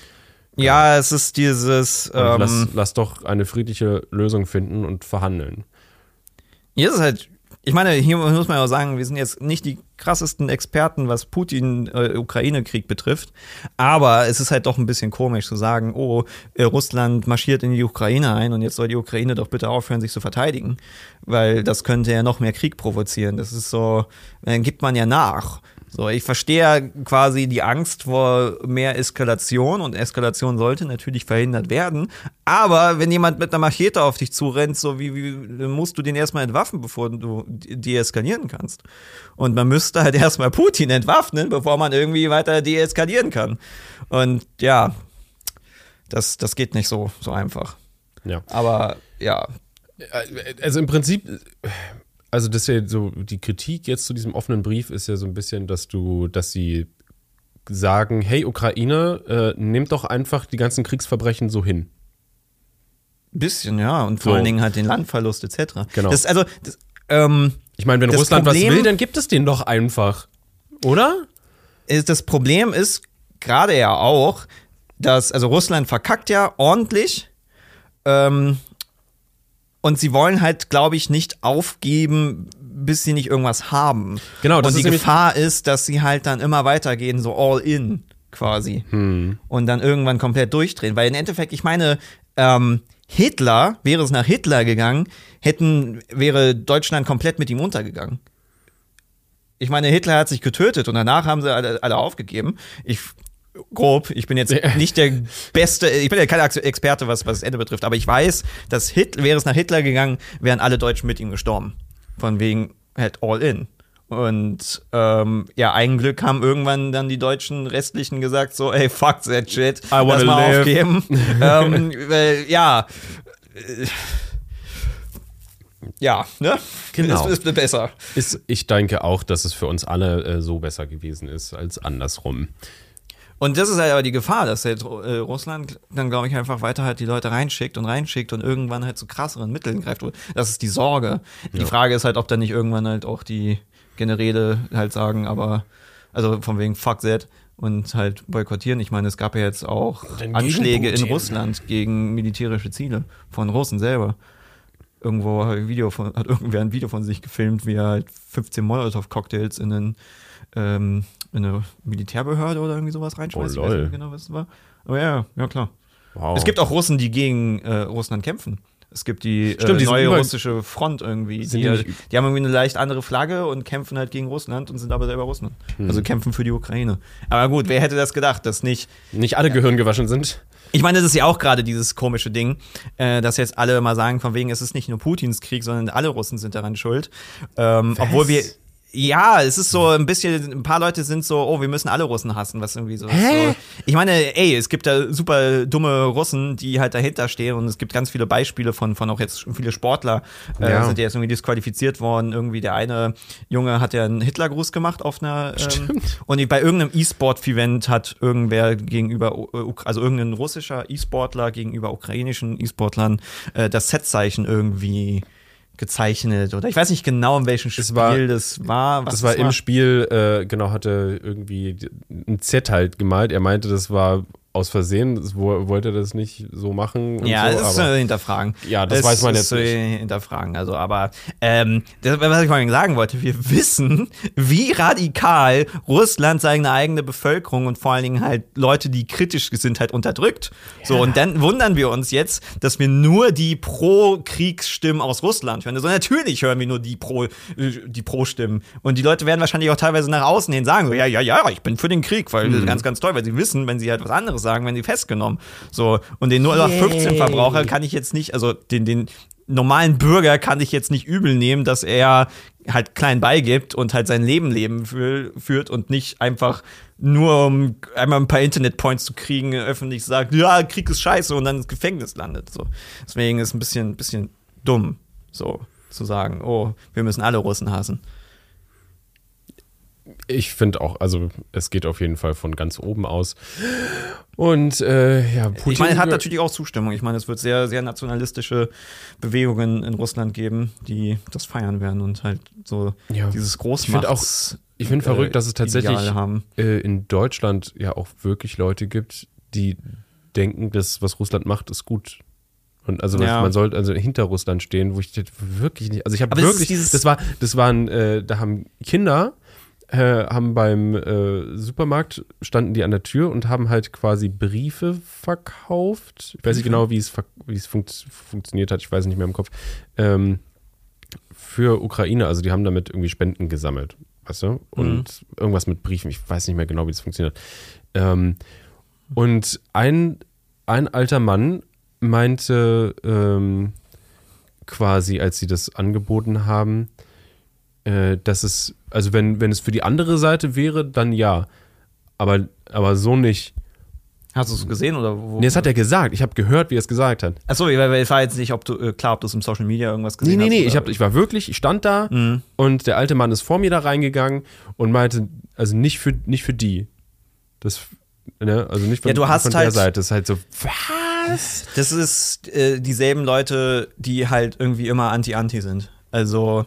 Ja, es ist dieses lass doch eine friedliche Lösung finden und verhandeln. Hier ist es halt, ich meine, hier muss man ja auch sagen, wir sind jetzt nicht die krassesten Experten, was Putin-Ukraine-Krieg betrifft, aber es ist halt doch ein bisschen komisch zu sagen, Russland marschiert in die Ukraine ein und jetzt soll die Ukraine doch bitte aufhören, sich zu verteidigen, weil das könnte ja noch mehr Krieg provozieren. Das ist so, dann gibt man ja nach. So, ich verstehe quasi die Angst vor mehr Eskalation und Eskalation sollte natürlich verhindert werden. Aber wenn jemand mit einer Machete auf dich zurennt, so wie musst du den erstmal entwaffnen, bevor du deeskalieren kannst. Und man müsste halt erstmal Putin entwaffnen, bevor man irgendwie weiter deeskalieren kann. Und ja, das geht nicht so einfach. Ja. Aber ja. Also im Prinzip. Also das ist ja so, die Kritik jetzt zu diesem offenen Brief ist ja so ein bisschen, dass sie sagen, hey Ukraine, nehmt doch einfach die ganzen Kriegsverbrechen so hin. Bisschen, ja. Und vor allen Dingen halt den Landverlust etc. Genau. Ich meine, wenn Russland was will, dann gibt es den doch einfach, oder? Das Problem ist gerade ja auch, dass, also Russland verkackt ja ordentlich, und sie wollen halt, glaube ich, nicht aufgeben, bis sie nicht irgendwas haben. Genau, das und ist die Gefahr ist, dass sie halt dann immer weitergehen, so all in quasi. Und dann irgendwann komplett durchdrehen. Weil im Endeffekt, ich meine, Hitler, wäre es nach Hitler gegangen, wäre Deutschland komplett mit ihm untergegangen. Ich meine, Hitler hat sich getötet und danach haben sie alle aufgegeben. Ich bin jetzt nicht der Beste, ich bin ja kein Experte, was das Ende betrifft, aber ich weiß, dass wäre es nach Hitler gegangen, wären alle Deutschen mit ihm gestorben. Von wegen halt all in. Und ein Glück haben irgendwann dann die deutschen Restlichen gesagt, so, ey, fuck that shit, lass mal aufgeben. Ja, ne? Genau. Ist besser. Ich denke auch, dass es für uns alle so besser gewesen ist als andersrum. Und das ist halt aber die Gefahr, dass halt Russland dann, glaube ich, einfach weiter halt die Leute reinschickt und irgendwann halt zu krasseren Mitteln greift. Das ist die Sorge. Ja. Die Frage ist halt, ob dann nicht irgendwann halt auch die Generäle halt sagen, also von wegen fuck that und halt boykottieren. Ich meine, es gab ja jetzt auch Anschläge in Russland gegen militärische Ziele von Russen selber. Irgendwo hat irgendwer ein Video von sich gefilmt, wie er halt 15 Molotow-Cocktails in eine Militärbehörde oder irgendwie sowas reinschmeißt. Oh, ich weiß nicht genau, was es war. Aber ja, klar. Wow. Es gibt auch Russen, die gegen Russland kämpfen. Es gibt die neue russische Front irgendwie. Die haben irgendwie eine leicht andere Flagge und kämpfen halt gegen Russland und sind aber selber Russland. Also kämpfen für die Ukraine. Aber gut, wer hätte das gedacht, dass nicht alle Gehirn gewaschen sind? Ich meine, das ist ja auch gerade dieses komische Ding, dass jetzt alle mal sagen, von wegen, es ist nicht nur Putins Krieg, sondern alle Russen sind daran schuld. Obwohl wir Ja, es ist so ein bisschen, ein paar Leute sind so, oh, wir müssen alle Russen hassen, was irgendwie so ist. So, ich meine, es gibt da super dumme Russen, die halt dahinter stehen und es gibt ganz viele Beispiele von auch jetzt viele Sportler, sind jetzt irgendwie disqualifiziert worden. Irgendwie der eine Junge hat ja einen Hitlergruß gemacht auf einer, und bei irgendeinem E-Sport-Event hat irgendwer gegenüber, also irgendein russischer E-Sportler gegenüber ukrainischen E-Sportlern das Z-Zeichen irgendwie gezeichnet oder ich weiß nicht genau, in welchem Spiel das war. Das war im Spiel, hatte irgendwie ein Z halt gemalt. Er meinte, das war aus Versehen, wollte er das nicht so machen. Und ja, so, das ist zu hinterfragen. Ja, das weiß man jetzt nicht. Hinterfragen. Also, aber das, was ich vorhin sagen wollte, wir wissen, wie radikal Russland seine eigene Bevölkerung und vor allen Dingen halt Leute, die kritisch sind, halt unterdrückt. Ja. So, und dann wundern wir uns jetzt, dass wir nur die Pro-Kriegsstimmen aus Russland hören. Also natürlich hören wir nur die Pro-Stimmen. Und die Leute werden wahrscheinlich auch teilweise nach außen hin sagen, so, ja, ich bin für den Krieg, weil das ist ganz, ganz toll, weil sie wissen, wenn sie halt was anderes sagen, werden sie festgenommen. So, und den 0815-Verbraucher kann ich jetzt nicht, also den normalen Bürger kann ich jetzt nicht übel nehmen, dass er halt klein beigibt und halt sein Leben führt und nicht einfach nur, um einmal ein paar Internet-Points zu kriegen, öffentlich sagt, ja, Krieg ist scheiße und dann ins Gefängnis landet. So. Deswegen ist es ein bisschen dumm, so zu sagen, oh, wir müssen alle Russen hassen. Ich finde auch, also es geht auf jeden Fall von ganz oben aus. Und ja, Putin. Ich meine, es hat natürlich auch Zustimmung. Ich meine, es wird sehr, sehr nationalistische Bewegungen in Russland geben, die das feiern werden und halt so dieses Großmachts. Ich finde verrückt, dass es tatsächlich in Deutschland ja auch wirklich Leute gibt, die denken, dass was Russland macht, ist gut. Und also man sollte also hinter Russland stehen, wo ich wirklich nicht. Also ich habe wirklich. Da haben Kinder. Haben beim Supermarkt, standen die an der Tür und haben halt quasi Briefe verkauft. Ich weiß nicht genau, wie es funktioniert hat, ich weiß nicht mehr im Kopf. Für Ukraine, also die haben damit irgendwie Spenden gesammelt, weißt du? Und irgendwas mit Briefen, ich weiß nicht mehr genau, wie das funktioniert. Und ein alter Mann meinte quasi, als sie das angeboten haben, dass es, also wenn es für die andere Seite wäre, dann ja. Aber so nicht. Hast du es gesehen oder wo? Nee, das hat er gesagt. Ich habe gehört, wie er es gesagt hat. Achso, es war jetzt nicht, ob du es im Social Media irgendwas gesehen hast. Nee, ich stand da und der alte Mann ist vor mir da reingegangen und meinte, also nicht für die. Das, ne, also nicht von, du hast von der halt, Seite. Das ist halt so, was? Das ist dieselben Leute, die halt irgendwie immer anti-anti sind. Also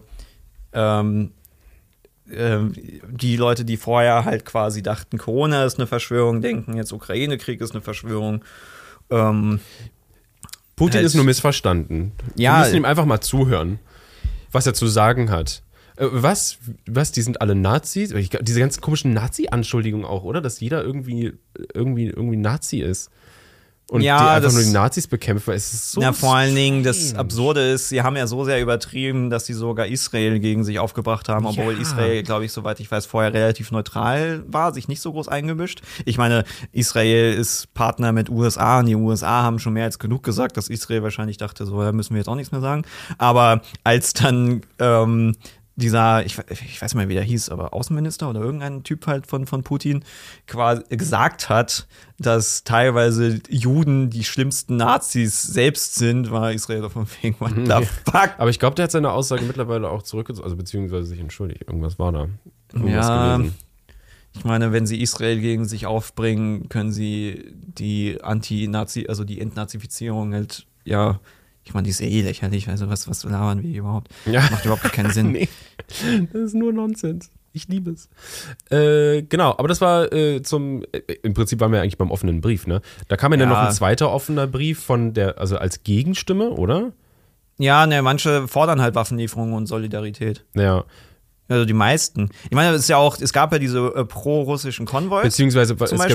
die Leute, die vorher halt quasi dachten, Corona ist eine Verschwörung, denken jetzt Ukraine-Krieg ist eine Verschwörung. Putin ist nur missverstanden. Ja, wir müssen ihm einfach mal zuhören, was er zu sagen hat. Was? Die sind alle Nazis? Diese ganzen komischen Nazi-Anschuldigungen auch, oder? Dass jeder irgendwie Nazi ist. Und die einfach nur die Nazis bekämpfen, es ist so. Ja, vor allen Dingen, das Absurde ist, sie haben ja so sehr übertrieben, dass sie sogar Israel gegen sich aufgebracht haben, obwohl Israel, glaube ich, soweit ich weiß, vorher relativ neutral war, sich nicht so groß eingemischt. Ich meine, Israel ist Partner mit USA und die USA haben schon mehr als genug gesagt, dass Israel wahrscheinlich dachte, so, da müssen wir jetzt auch nichts mehr sagen. Aber als dann dieser, ich weiß nicht mehr, wie der hieß, aber Außenminister oder irgendein Typ halt von Putin quasi gesagt hat, dass teilweise Juden die schlimmsten Nazis selbst sind, war Israel davon wegen, what the fuck? Aber ich glaube, der hat seine Aussage mittlerweile auch zurückgezogen, also beziehungsweise sich entschuldigt. Irgendwas war da. Irgendwas gewesen. Ich meine, wenn sie Israel gegen sich aufbringen, können sie die Anti-Nazi, also die Entnazifizierung halt, ich meine, die ist lächerlich, also was labern wir überhaupt? Ja. Macht überhaupt keinen Sinn. Nee, das ist nur Nonsens. Ich liebe es. Genau, aber das war im Prinzip waren wir eigentlich beim offenen Brief, ne? Da kam ja dann noch ein zweiter offener Brief von also als Gegenstimme, oder? Ja, ne, manche fordern halt Waffenlieferungen und Solidarität. Ja. Also die meisten. Ich meine, es gab ja diese pro-russischen Konvois. Beziehungsweise es gab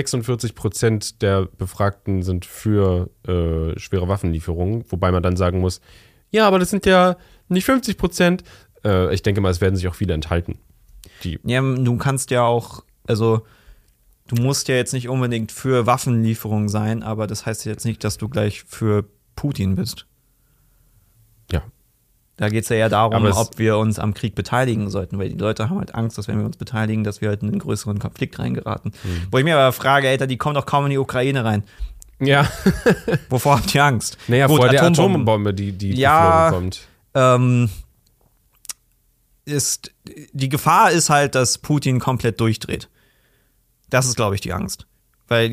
46% der Befragten sind für schwere Waffenlieferungen, wobei man dann sagen muss, ja, aber das sind ja nicht 50%. Ich denke mal, es werden sich auch viele enthalten. Ja, du kannst ja auch, also du musst ja jetzt nicht unbedingt für Waffenlieferungen sein, aber das heißt jetzt nicht, dass du gleich für Putin bist. Ja. Da geht es ja eher darum, ob wir uns am Krieg beteiligen sollten, weil die Leute haben halt Angst, dass wenn wir uns beteiligen, dass wir halt in einen größeren Konflikt reingeraten. Wo ich mir aber frage, Alter, die kommen doch kaum in die Ukraine rein. Ja. Wovor habt ihr Angst? Naja, vor der Atombombe, die geflogen kommt. Die Gefahr ist halt, dass Putin komplett durchdreht. Das ist, glaube ich, die Angst. Weil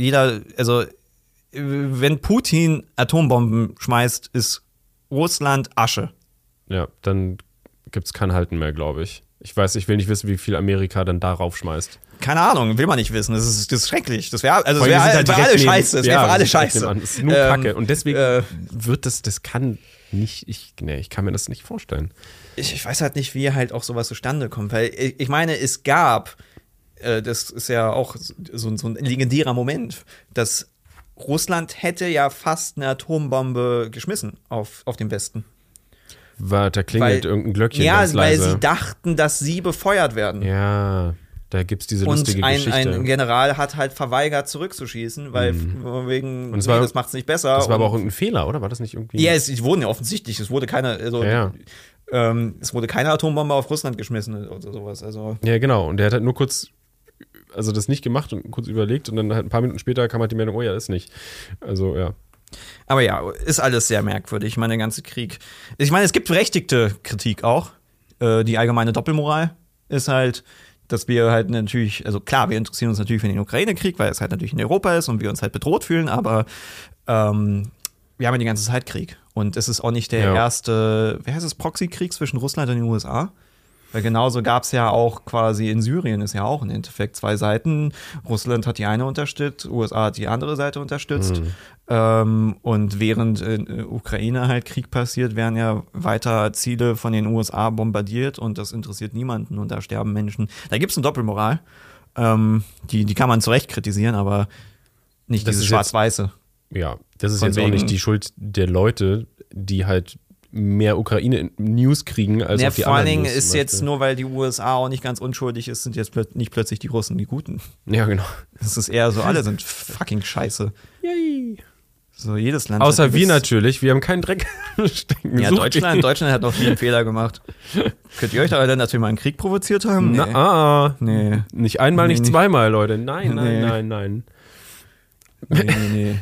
wenn Putin Atombomben schmeißt, ist Russland Asche. Ja, dann gibt's kein Halten mehr, glaube ich. Ich will nicht wissen, wie viel Amerika dann darauf schmeißt. keine Ahnung, will man nicht wissen. Das ist schrecklich. Das wäre halt für alle scheiße. Das wäre für alle scheiße. Das ist nur Kacke. Und deswegen wird das kann nicht, ich kann mir das nicht vorstellen. Ich weiß halt nicht, wie halt auch sowas zustande kommt. Weil ich meine, es gab, das ist ja auch so ein legendärer Moment, dass Russland hätte ja fast eine Atombombe geschmissen auf den Westen. Da klingelt irgendein Glöckchen ganz leise. Ja, weil sie dachten, dass sie befeuert werden. Ja, da gibt's diese lustige Geschichte. Und ein General hat halt verweigert, zurückzuschießen, weil wegen, das macht's nicht besser. Das war aber auch irgendein Fehler, oder? War das nicht irgendwie? Ja, es wurden ja offensichtlich, es wurde keine, es wurde keine Atombombe auf Russland geschmissen oder sowas. Also. Ja, genau. Und der hat halt nur kurz, das nicht gemacht und kurz überlegt und dann halt ein paar Minuten später kam halt die Meldung, oh ja, ist nicht. Also, ja. Aber ja, ist alles sehr merkwürdig. Ich meine, der ganze Krieg. Ich meine, es gibt berechtigte Kritik auch. Die allgemeine Doppelmoral ist halt, dass wir halt natürlich, also klar, wir interessieren uns natürlich für den Ukraine-Krieg, weil es halt natürlich in Europa ist und wir uns halt bedroht fühlen, aber wir haben ja die ganze Zeit Krieg. Und es ist auch nicht der erste, wie heißt es, Proxy-Krieg zwischen Russland und den USA? Weil genauso gab es ja auch quasi in Syrien, ist ja auch im Endeffekt 2 Seiten. Russland hat die eine unterstützt, USA hat die andere Seite unterstützt. Und während in Ukraine halt Krieg passiert, werden ja weiter Ziele von den USA bombardiert und das interessiert niemanden und da sterben Menschen. Da gibt es eine Doppelmoral. Die kann man zu Recht kritisieren, aber nicht dieses Schwarz-Weiße. Ja, das ist jetzt auch nicht die Schuld der Leute, die halt mehr Ukraine-News kriegen als auf die vor anderen allen Dingen News ist jetzt nur, weil die USA auch nicht ganz unschuldig ist, sind jetzt nicht plötzlich die Russen die Guten. Ja, genau. Es ist eher so, alle sind fucking scheiße. Yay. So, jedes Land. Außer wir natürlich, wir haben keinen Dreck stecken. Ja, Deutschland hat noch einen Fehler gemacht. Könnt ihr euch da denn, dass wir mal einen Krieg provoziert haben? Nee. Nee. Nicht einmal, nicht zweimal, Leute. Nein. Nee.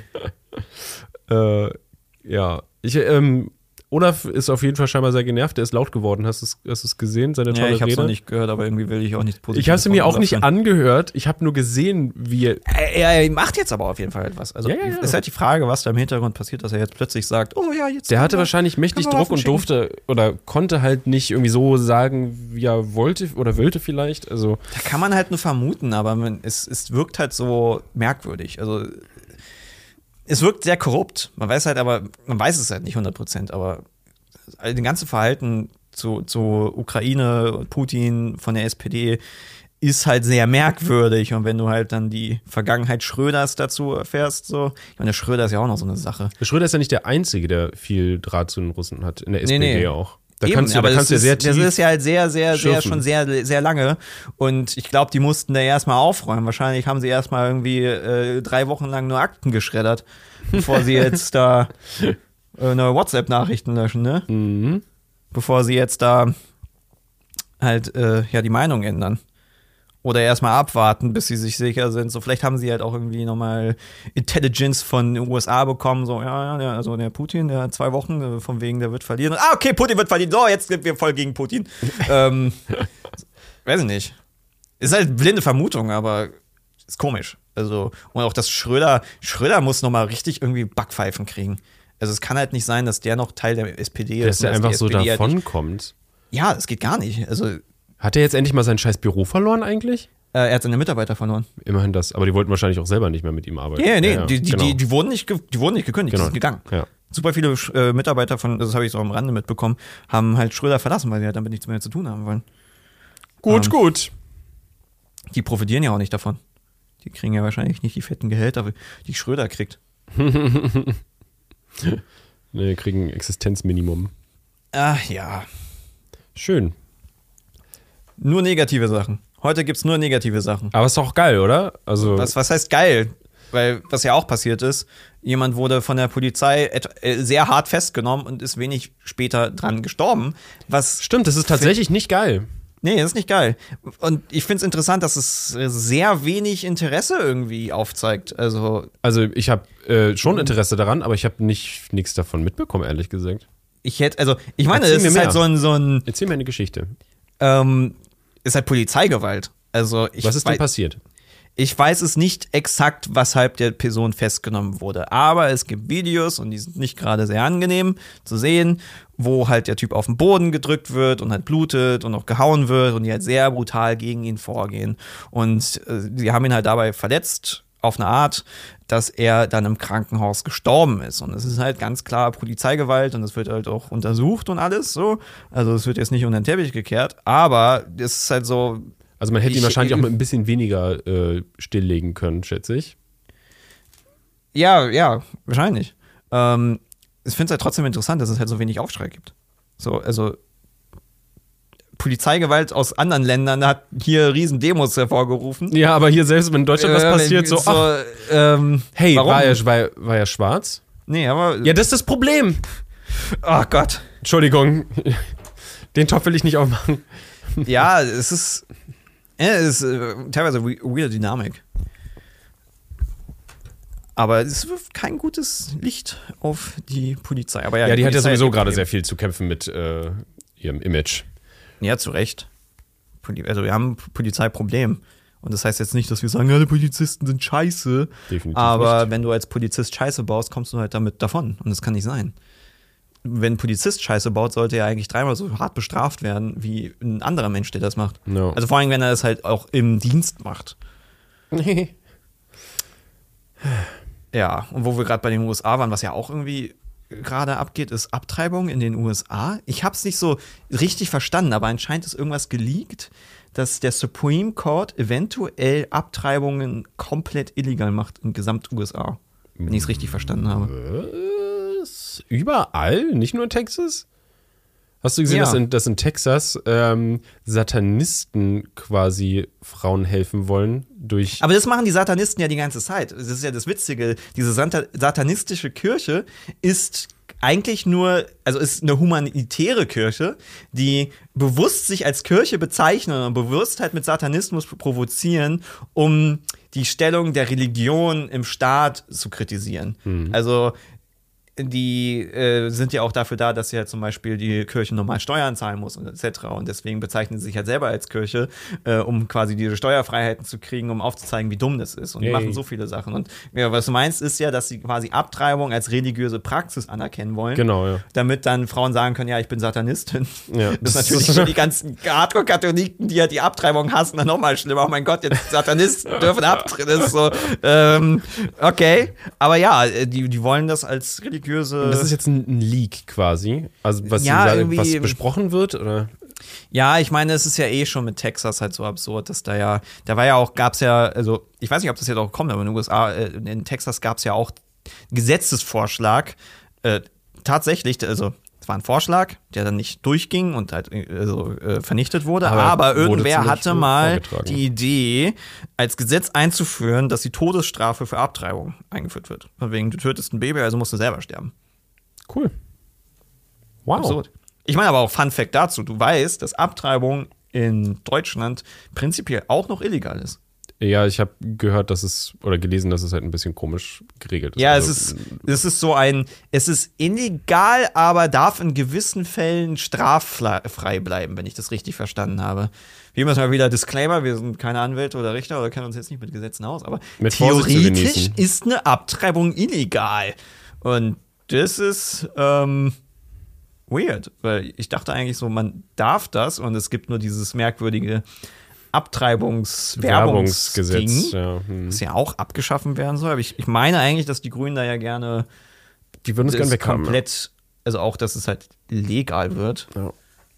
Ja, Olaf ist auf jeden Fall scheinbar sehr genervt. Der ist laut geworden. Hast du es gesehen? Seine tolle Rede? Ich habe es noch nicht gehört, aber irgendwie will ich auch nicht positiv. Ich habe es mir auch nicht angehört. Ich habe nur gesehen, wie er macht jetzt aber auf jeden Fall etwas. Also ist halt die Frage, was da im Hintergrund passiert, dass er jetzt plötzlich sagt, oh ja, jetzt. Der hatte wahrscheinlich mächtig Druck und durfte oder konnte halt nicht irgendwie so sagen, wie er wollte oder wollte vielleicht. Also da kann man halt nur vermuten, aber es wirkt halt so merkwürdig. Also es wirkt sehr korrupt. Man weiß es halt nicht 100%, aber das ganze Verhalten zu Ukraine, Putin von der SPD ist halt sehr merkwürdig. Und wenn du halt dann die Vergangenheit Schröders dazu erfährst, so. Ich meine, der Schröder ist ja auch noch so eine Sache. Der Schröder ist ja nicht der Einzige, der viel Draht zu den Russen hat. In der SPD auch. Da Eben, kannst du sehr tief. Das ist ja halt sehr, schon sehr, sehr lange. Und ich glaube, die mussten da erstmal aufräumen. Wahrscheinlich haben sie erstmal irgendwie 3 Wochen lang nur Akten geschreddert, bevor sie jetzt da eine WhatsApp-Nachrichten löschen, ne? Mhm. Bevor sie jetzt da halt die Meinung ändern. Oder erstmal abwarten, bis sie sich sicher sind. So, vielleicht haben sie halt auch irgendwie nochmal Intelligence von den USA bekommen. So, also der Putin, der hat 2 Wochen, von wegen, der wird verlieren. Okay, Putin wird verlieren. So, jetzt sind wir voll gegen Putin. Weiß ich nicht. Ist halt blinde Vermutung, aber ist komisch. Also, und auch das Schröder muss nochmal richtig irgendwie Backpfeifen kriegen. Also, es kann halt nicht sein, dass der noch Teil der SPD ist. Dass der einfach so davonkommt. Ja, das geht gar nicht. Also, hat er jetzt endlich mal sein scheiß Büro verloren eigentlich? Er hat seine Mitarbeiter verloren. Immerhin das. Aber die wollten wahrscheinlich auch selber nicht mehr mit ihm arbeiten. Die wurden nicht gekündigt, genau. Die sind gegangen. Ja. Super viele Mitarbeiter das habe ich so am Rande mitbekommen, haben halt Schröder verlassen, weil sie halt damit nichts mehr zu tun haben wollen. Gut. Die profitieren ja auch nicht davon. Die kriegen ja wahrscheinlich nicht die fetten Gehälter, die Schröder kriegt. Nee, kriegen Existenzminimum. Ach ja. Schön. Nur negative Sachen. Heute gibt's nur negative Sachen. Aber ist doch geil, oder? Also was heißt geil? Weil, was ja auch passiert ist, jemand wurde von der Polizei sehr hart festgenommen und ist wenig später dran gestorben. Stimmt, das ist tatsächlich nicht geil. Nee, das ist nicht geil. Und ich find's interessant, dass es sehr wenig Interesse irgendwie aufzeigt. Also ich habe schon Interesse daran, aber ich habe nichts davon mitbekommen, ehrlich gesagt. Ich meine, es ist halt so ein Erzähl mir eine Geschichte. Ist halt Polizeigewalt. Also was ist denn passiert? Ich weiß es nicht exakt, weshalb der Person festgenommen wurde. Aber es gibt Videos, und die sind nicht gerade sehr angenehm zu sehen, wo halt der Typ auf den Boden gedrückt wird und halt blutet und auch gehauen wird und die halt sehr brutal gegen ihn vorgehen. Und sie haben ihn halt dabei verletzt auf eine Art, dass er dann im Krankenhaus gestorben ist. Und es ist halt ganz klar Polizeigewalt und es wird halt auch untersucht und alles so. Also es wird jetzt nicht unter den Teppich gekehrt, aber es ist halt so. Also man hätte ihn wahrscheinlich auch mit ein bisschen weniger stilllegen können, schätze ich. Ja, wahrscheinlich. Ich finde es halt trotzdem interessant, dass es halt so wenig Aufschrei gibt. So, also Polizeigewalt aus anderen Ländern hat hier riesen Demos hervorgerufen. Ja, aber hier selbst, wenn in Deutschland was passiert, hey, warum? War er schwarz? Nee, aber. Ja, das ist das Problem. Oh Gott. Entschuldigung. Den Topf will ich nicht aufmachen. Ja, es ist teilweise weirde Dynamik. Aber es wirft kein gutes Licht auf die Polizei. Aber ja, die hat ja sowieso gerade sehr viel zu kämpfen mit ihrem Image. Ja, zu Recht. Also wir haben ein Polizeiproblem. Und das heißt jetzt nicht, dass wir sagen, alle Polizisten sind scheiße. Definitiv aber nicht. Wenn du als Polizist Scheiße baust, kommst du halt damit davon. Und das kann nicht sein. Wenn ein Polizist Scheiße baut, sollte er eigentlich 3-mal so hart bestraft werden, wie ein anderer Mensch, der das macht. No. Also vor allem, wenn er das halt auch im Dienst macht. Ja, und wo wir gerade bei den USA waren, was ja auch irgendwie gerade abgeht, ist Abtreibung in den USA. Ich habe es nicht so richtig verstanden, aber anscheinend ist irgendwas geleakt, dass der Supreme Court eventuell Abtreibungen komplett illegal macht in Gesamt-USA. Wenn ich es richtig verstanden habe. Was? Überall? Nicht nur in Texas? Hast du gesehen, dass in Texas Satanisten quasi Frauen helfen wollen durch. Aber das machen die Satanisten ja die ganze Zeit. Das ist ja das Witzige. Diese satanistische Kirche ist eigentlich nur, also ist eine humanitäre Kirche, die bewusst sich als Kirche bezeichnen und bewusst halt mit Satanismus provozieren, um die Stellung der Religion im Staat zu kritisieren. Also die sind ja auch dafür da, dass sie halt zum Beispiel die Kirche normal Steuern zahlen muss und etc. Und deswegen bezeichnen sie sich halt selber als Kirche, um quasi diese Steuerfreiheiten zu kriegen, um aufzuzeigen, wie dumm das ist. Und die machen so viele Sachen. Und ja, was du meinst, ist ja, dass sie quasi Abtreibung als religiöse Praxis anerkennen wollen. Genau, ja. Damit dann Frauen sagen können, ja, ich bin Satanistin. Ja. Das ist natürlich für die ganzen Hardcore-Katholiken, die halt die Abtreibung hassen, dann nochmal schlimmer. Oh mein Gott, jetzt Satanisten dürfen abtreiben. Das ist so, okay. Aber ja, die wollen das als religiöse. Das ist jetzt ein Leak quasi. Also was besprochen wird, oder? Ja, ich meine, es ist ja eh schon mit Texas halt so absurd, dass gab's ja, also ich weiß nicht, ob das jetzt auch kommt, aber in den USA, in Texas gab's ja auch einen Gesetzesvorschlag, tatsächlich, also es war ein Vorschlag, der dann nicht durchging und halt vernichtet wurde, aber irgendwer hatte mal die Idee, als Gesetz einzuführen, dass die Todesstrafe für Abtreibung eingeführt wird. Von wegen, du tötest ein Baby, also musst du selber sterben. Cool. Wow. Absurd. Ich meine aber auch Fun Fact dazu, du weißt, dass Abtreibung in Deutschland prinzipiell auch noch illegal ist. Ja, ich habe gehört, gelesen, dass es halt ein bisschen komisch geregelt ist. Ja, es ist illegal, aber darf in gewissen Fällen straffrei bleiben, wenn ich das richtig verstanden habe. Wie immer mal wieder Disclaimer, wir sind keine Anwälte oder Richter oder kennen uns jetzt nicht mit Gesetzen aus, aber mit theoretisch ist eine Abtreibung illegal. Und das ist weird, weil ich dachte eigentlich so, man darf das und es gibt nur dieses merkwürdige Abtreibungswerbungsgesetz, das ja auch abgeschaffen werden soll. Aber ich meine eigentlich, dass die Grünen da ja gerne die würden es gerne weghaben. Komplett, also auch, dass es halt legal wird. Ja.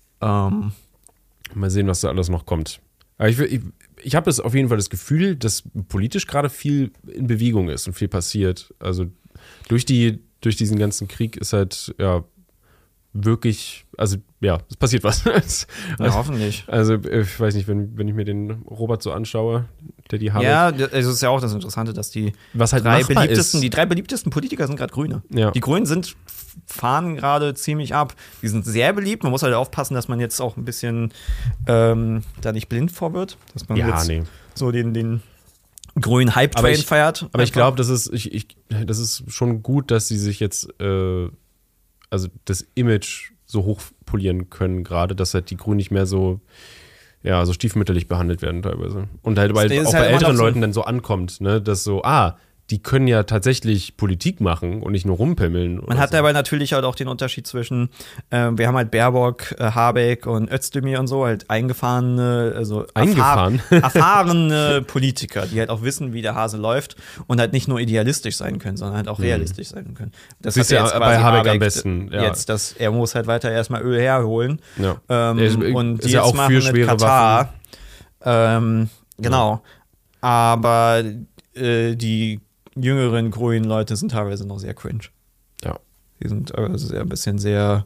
Mal sehen, was da alles noch kommt. Aber ich habe auf jeden Fall das Gefühl, dass politisch gerade viel in Bewegung ist und viel passiert. Also durch diesen ganzen Krieg ist halt, ja, wirklich, also ja, es passiert was. Ja, hoffentlich. Also ich weiß nicht, wenn ich mir den Robert so anschaue, der die Haare. Ja, es ist ja auch das Interessante, dass die drei beliebtesten Politiker sind gerade Grüne. Ja. Die Grünen fahren gerade ziemlich ab. Die sind sehr beliebt. Man muss halt aufpassen, dass man jetzt auch ein bisschen da nicht blind vor wird. Dass man so den grünen Hype-Train feiert. Aber ich glaube, das ist schon gut, dass sie sich jetzt also das Image so hoch polieren können gerade, dass halt die Grünen nicht mehr so stiefmütterlich behandelt werden teilweise. Und halt, weil auch bei älteren Leuten dann so ankommt, ne, dass so, die können ja tatsächlich Politik machen und nicht nur rumpimmeln. Man hat dabei natürlich halt auch den Unterschied zwischen, wir haben halt Baerbock, Habeck und Özdemir und so, halt erfahrene Politiker, die halt auch wissen, wie der Hase läuft und halt nicht nur idealistisch sein können, sondern halt auch realistisch sein können. Das ist ja bei Habeck am besten. Ja. Jetzt, er muss halt weiter erstmal Öl herholen. Ja. Und ist ja auch für schwere Katar. Genau. Aber die jüngeren grünen Leute sind teilweise noch sehr cringe. Ja. Die sind ein bisschen sehr,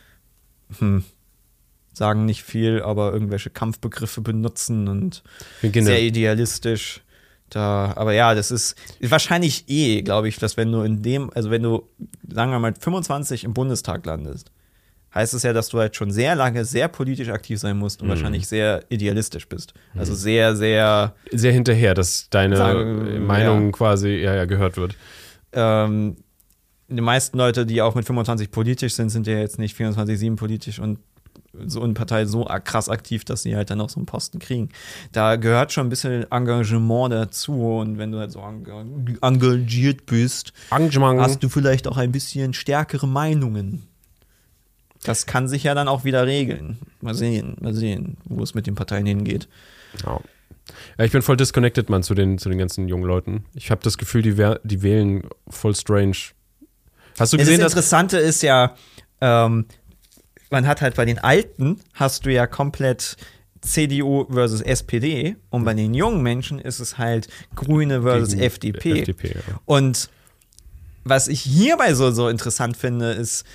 sagen nicht viel, aber irgendwelche Kampfbegriffe benutzen und sehr idealistisch. Aber ja, das ist wahrscheinlich glaube ich, dass wenn du wenn du, sagen wir mal, 25 im Bundestag landest, heißt es ja, dass du halt schon sehr lange sehr politisch aktiv sein musst und wahrscheinlich sehr idealistisch bist. Also sehr, sehr hinterher, dass deine Meinung quasi gehört wird. Die meisten Leute, die auch mit 25 politisch sind ja jetzt nicht 24/7 politisch und so eine Partei so krass aktiv, dass sie halt dann auch so einen Posten kriegen. Da gehört schon ein bisschen Engagement dazu und wenn du halt so engagiert bist, hast du vielleicht auch ein bisschen stärkere Meinungen. Das kann sich ja dann auch wieder regeln. Mal sehen, wo es mit den Parteien hingeht. Ja, ich bin voll disconnected, Mann, zu den ganzen jungen Leuten. Ich habe das Gefühl, die wählen voll strange. Hast du gesehen, das Interessante ist ja, man hat halt bei den Alten, hast du ja komplett CDU versus SPD und bei den jungen Menschen ist es halt Grüne versus FDP. Ja. Und was ich hierbei so interessant finde, ist,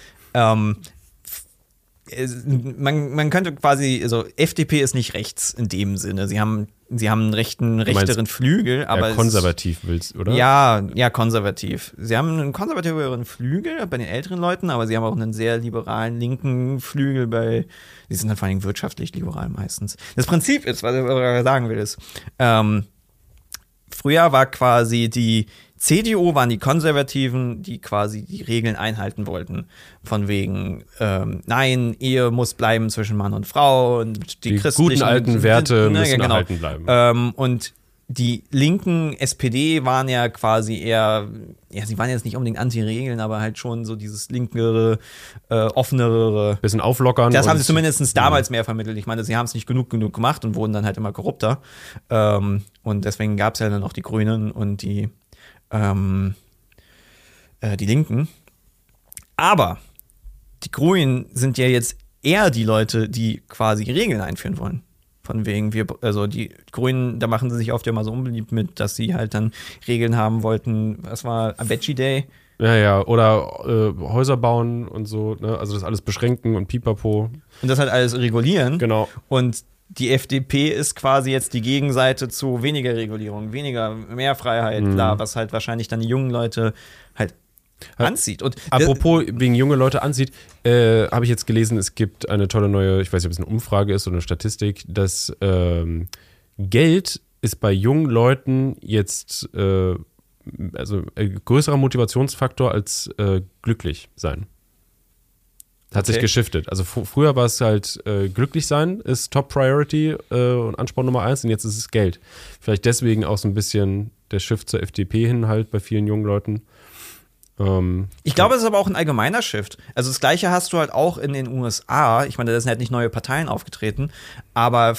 man könnte quasi, also FDP ist nicht rechts in dem Sinne. Sie haben einen rechteren Flügel, aber konservativ willst, oder? Ja, konservativ. Sie haben einen konservativeren Flügel bei den älteren Leuten, aber sie haben auch einen sehr liberalen linken Flügel sie sind halt vor allem wirtschaftlich liberal meistens. Das Prinzip ist, was ich sagen will, ist, früher war quasi die CDU waren die Konservativen, die quasi die Regeln einhalten wollten. Von wegen, nein, Ehe muss bleiben zwischen Mann und Frau und die christlichen guten alten Werte müssen erhalten bleiben. Und die linken SPD waren ja quasi eher, sie waren jetzt nicht unbedingt Anti-Regeln, aber halt schon so dieses linkere, offenere. Bisschen auflockern. Das haben sie zumindest damals mehr vermittelt. Ich meine, sie haben es nicht genug gemacht und wurden dann halt immer korrupter. Und deswegen gab es ja dann auch die Grünen und die Linken. Aber die Grünen sind ja jetzt eher die Leute, die quasi Regeln einführen wollen. Von wegen, die Grünen, da machen sie sich oft ja mal so unbeliebt mit, dass sie halt dann Regeln haben wollten. Was war Veggie Day? Ja, oder Häuser bauen und so, ne? Also das alles beschränken und pipapo. Und das halt alles regulieren. Genau. Und die FDP ist quasi jetzt die Gegenseite zu weniger Regulierung, mehr Freiheit, klar, was halt wahrscheinlich dann die jungen Leute halt anzieht. Und apropos wegen junge Leute anzieht, habe ich jetzt gelesen, es gibt eine tolle neue, ich weiß nicht, ob es eine Umfrage ist oder eine Statistik, dass Geld ist bei jungen Leuten jetzt größerer Motivationsfaktor als glücklich sein. Hat sich geschiftet. Also früher war es halt glücklich sein ist Top Priority und Ansporn Nummer 1 und jetzt ist es Geld. Vielleicht deswegen auch so ein bisschen der Shift zur FDP hin halt bei vielen jungen Leuten. Ich glaube, es ist aber auch ein allgemeiner Shift. Also das Gleiche hast du halt auch in den USA. Ich meine, da sind halt nicht neue Parteien aufgetreten, aber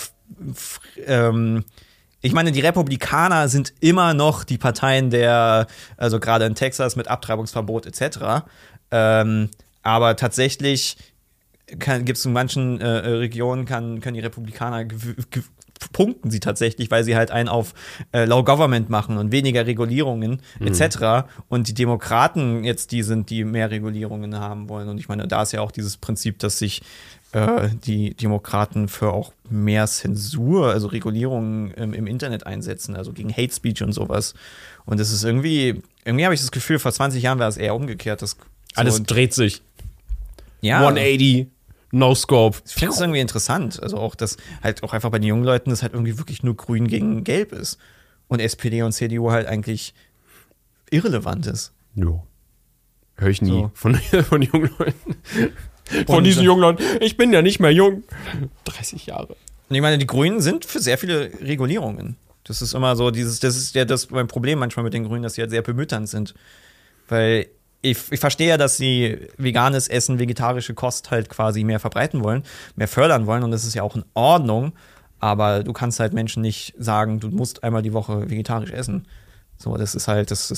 ich meine, die Republikaner sind immer noch die Parteien also gerade in Texas mit Abtreibungsverbot etc., aber tatsächlich gibt es in manchen Regionen, können die Republikaner punkten sie tatsächlich, weil sie halt einen auf Low Government machen und weniger Regulierungen etc. Und die Demokraten jetzt die mehr Regulierungen haben wollen. Und ich meine, da ist ja auch dieses Prinzip, dass sich die Demokraten für auch mehr Zensur, also Regulierungen im Internet einsetzen, also gegen Hate Speech und sowas. Und das ist irgendwie habe ich das Gefühl, vor 20 Jahren war es eher umgekehrt. Alles dreht sich. Ja. 180, no scope. Ich finde es irgendwie interessant. Also auch, dass halt auch einfach bei den jungen Leuten das halt irgendwie wirklich nur grün gegen gelb ist. Und SPD und CDU halt eigentlich irrelevant ist. Jo. Höre ich nie so. von jungen Leuten. Von diesen jungen Leuten. Ich bin ja nicht mehr jung. 30 Jahre. Und ich meine, die Grünen sind für sehr viele Regulierungen. Das ist immer so, das ist ja mein Problem manchmal mit den Grünen, dass sie halt sehr bemütternd sind. Weil ich verstehe ja, dass sie veganes Essen, vegetarische Kost halt quasi mehr verbreiten wollen, mehr fördern wollen und das ist ja auch in Ordnung. Aber du kannst halt Menschen nicht sagen, du musst einmal die Woche vegetarisch essen. So, das ist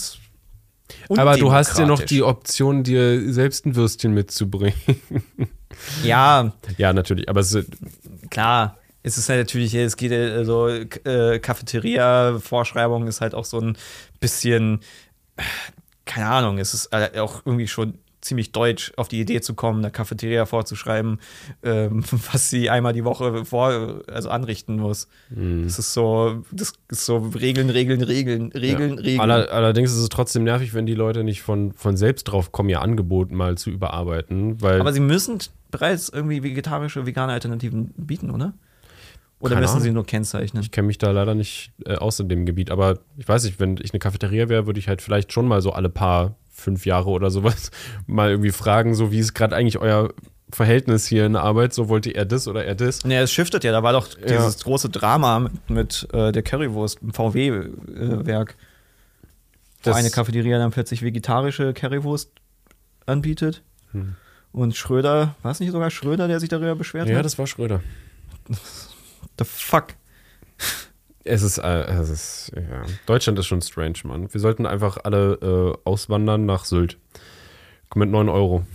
aber du hast ja noch die Option, dir selbst ein Würstchen mitzubringen. Ja. Ja, natürlich, aber klar. Es ist halt natürlich, es geht so, Cafeteria-Vorschreibung ist halt auch so ein bisschen, keine Ahnung, es ist auch irgendwie schon ziemlich deutsch, auf die Idee zu kommen, der Cafeteria vorzuschreiben, was sie einmal die Woche anrichten muss. Das ist so Regeln. Allerdings ist es trotzdem nervig, wenn die Leute nicht von selbst drauf kommen, ihr Angebot mal zu überarbeiten. Aber sie müssen bereits irgendwie vegetarische, vegane Alternativen bieten, oder? Oder müssen sie nur kennzeichnen? Ich kenne mich da leider nicht aus in dem Gebiet, aber ich weiß nicht, wenn ich eine Cafeteria wäre, würde ich halt vielleicht schon mal so alle 5 Jahre oder sowas mal irgendwie fragen, so wie ist gerade eigentlich euer Verhältnis hier in der Arbeit, so wollt ihr eher das oder eher das? Ja, es shiftet ja, da war doch dieses große Drama mit der Currywurst im VW-Werk, wo eine Cafeteria dann plötzlich vegetarische Currywurst anbietet. Und Schröder, war es nicht sogar Schröder, der sich darüber beschwert hat? Ja, das war Schröder. The fuck? Es ist Deutschland ist schon strange, Mann. Wir sollten einfach alle auswandern nach Sylt. Mit 9 Euro.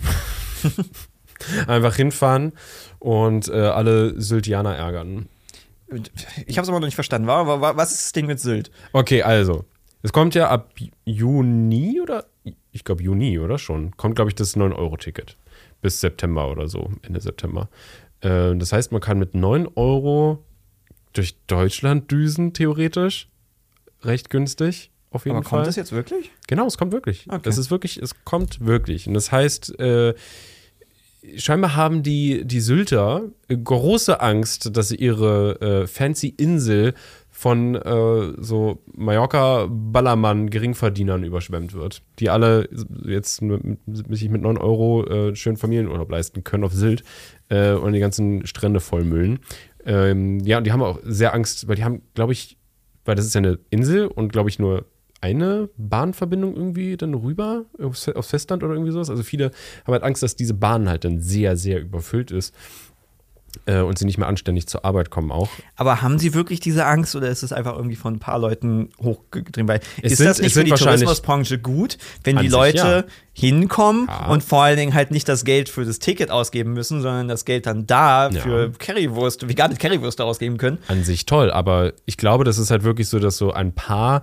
Einfach hinfahren und alle Syltianer ärgern. Ich habe es aber noch nicht verstanden. Was ist das Ding mit Sylt? Okay, also. Es kommt ja ab Juni oder? Ich glaube Juni, oder schon? Kommt, glaube ich, das 9-Euro-Ticket. Bis September oder so, Ende September. Das heißt, man kann mit 9 Euro durch Deutschland düsen, theoretisch. Recht günstig, auf jeden Fall. Aber kommt das jetzt wirklich? Genau, es kommt wirklich. Okay. Es kommt wirklich. Und das heißt, scheinbar haben die Sylter große Angst, dass ihre fancy Insel von so Mallorca-Ballermann-Geringverdienern überschwemmt wird. Die alle jetzt sich mit 9 Euro schön Familienurlaub leisten können auf Sylt und die ganzen Strände vollmüllen. Und die haben auch sehr Angst, weil die haben, glaube ich, weil das ist ja eine Insel und, glaube ich, nur eine Bahnverbindung irgendwie dann rüber aufs Festland oder irgendwie sowas. Also viele haben halt Angst, dass diese Bahn halt dann sehr, sehr überfüllt ist. Und sie nicht mehr anständig zur Arbeit kommen auch. Aber haben sie wirklich diese Angst oder ist es einfach irgendwie von ein paar Leuten hochgetrieben? Weil ist das nicht für die Tourismusbranche gut, wenn die Leute hinkommen und vor allen Dingen halt nicht das Geld für das Ticket ausgeben müssen, sondern das Geld dann für Currywurst, vegane Currywürste ausgeben können? An sich toll, aber ich glaube, das ist halt wirklich so, dass so ein paar,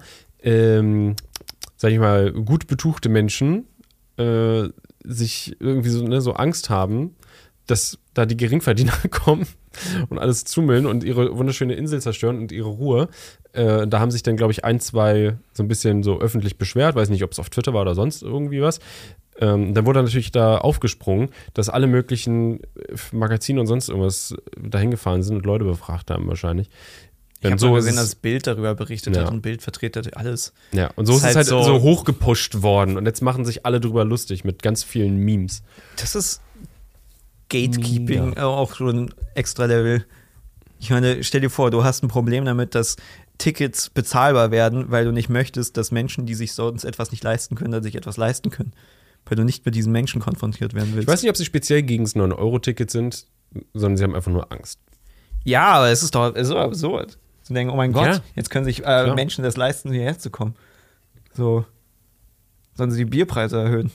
sag ich mal, gut betuchte Menschen sich irgendwie so Angst haben, dass da die Geringverdiener kommen und alles zumüllen und ihre wunderschöne Insel zerstören und ihre Ruhe. Da haben sich dann, glaube ich, 1, 2 so ein bisschen so öffentlich beschwert. Weiß nicht, ob es auf Twitter war oder sonst irgendwie was. Dann wurde natürlich da aufgesprungen, dass alle möglichen Magazine und sonst irgendwas dahin gefahren sind und Leute befragt haben wahrscheinlich. Ich habe so gesehen, dass Bild darüber berichtet hat und Bild vertretet alles. Ja, und so ist es halt so hochgepusht worden. Und jetzt machen sich alle drüber lustig mit ganz vielen Memes. Das ist Gatekeeping, auch schon extra Level. Ich meine, stell dir vor, du hast ein Problem damit, dass Tickets bezahlbar werden, weil du nicht möchtest, dass Menschen, die sich sonst etwas nicht leisten können, dann sich etwas leisten können. Weil du nicht mit diesen Menschen konfrontiert werden willst. Ich weiß nicht, ob sie speziell gegen das 9-Euro-Ticket sind, sondern sie haben einfach nur Angst. Ja, aber es ist doch so absurd. Zu denken, oh mein Gott, jetzt können sich Menschen das leisten, hierher zu kommen. So. Sollen sie die Bierpreise erhöhen?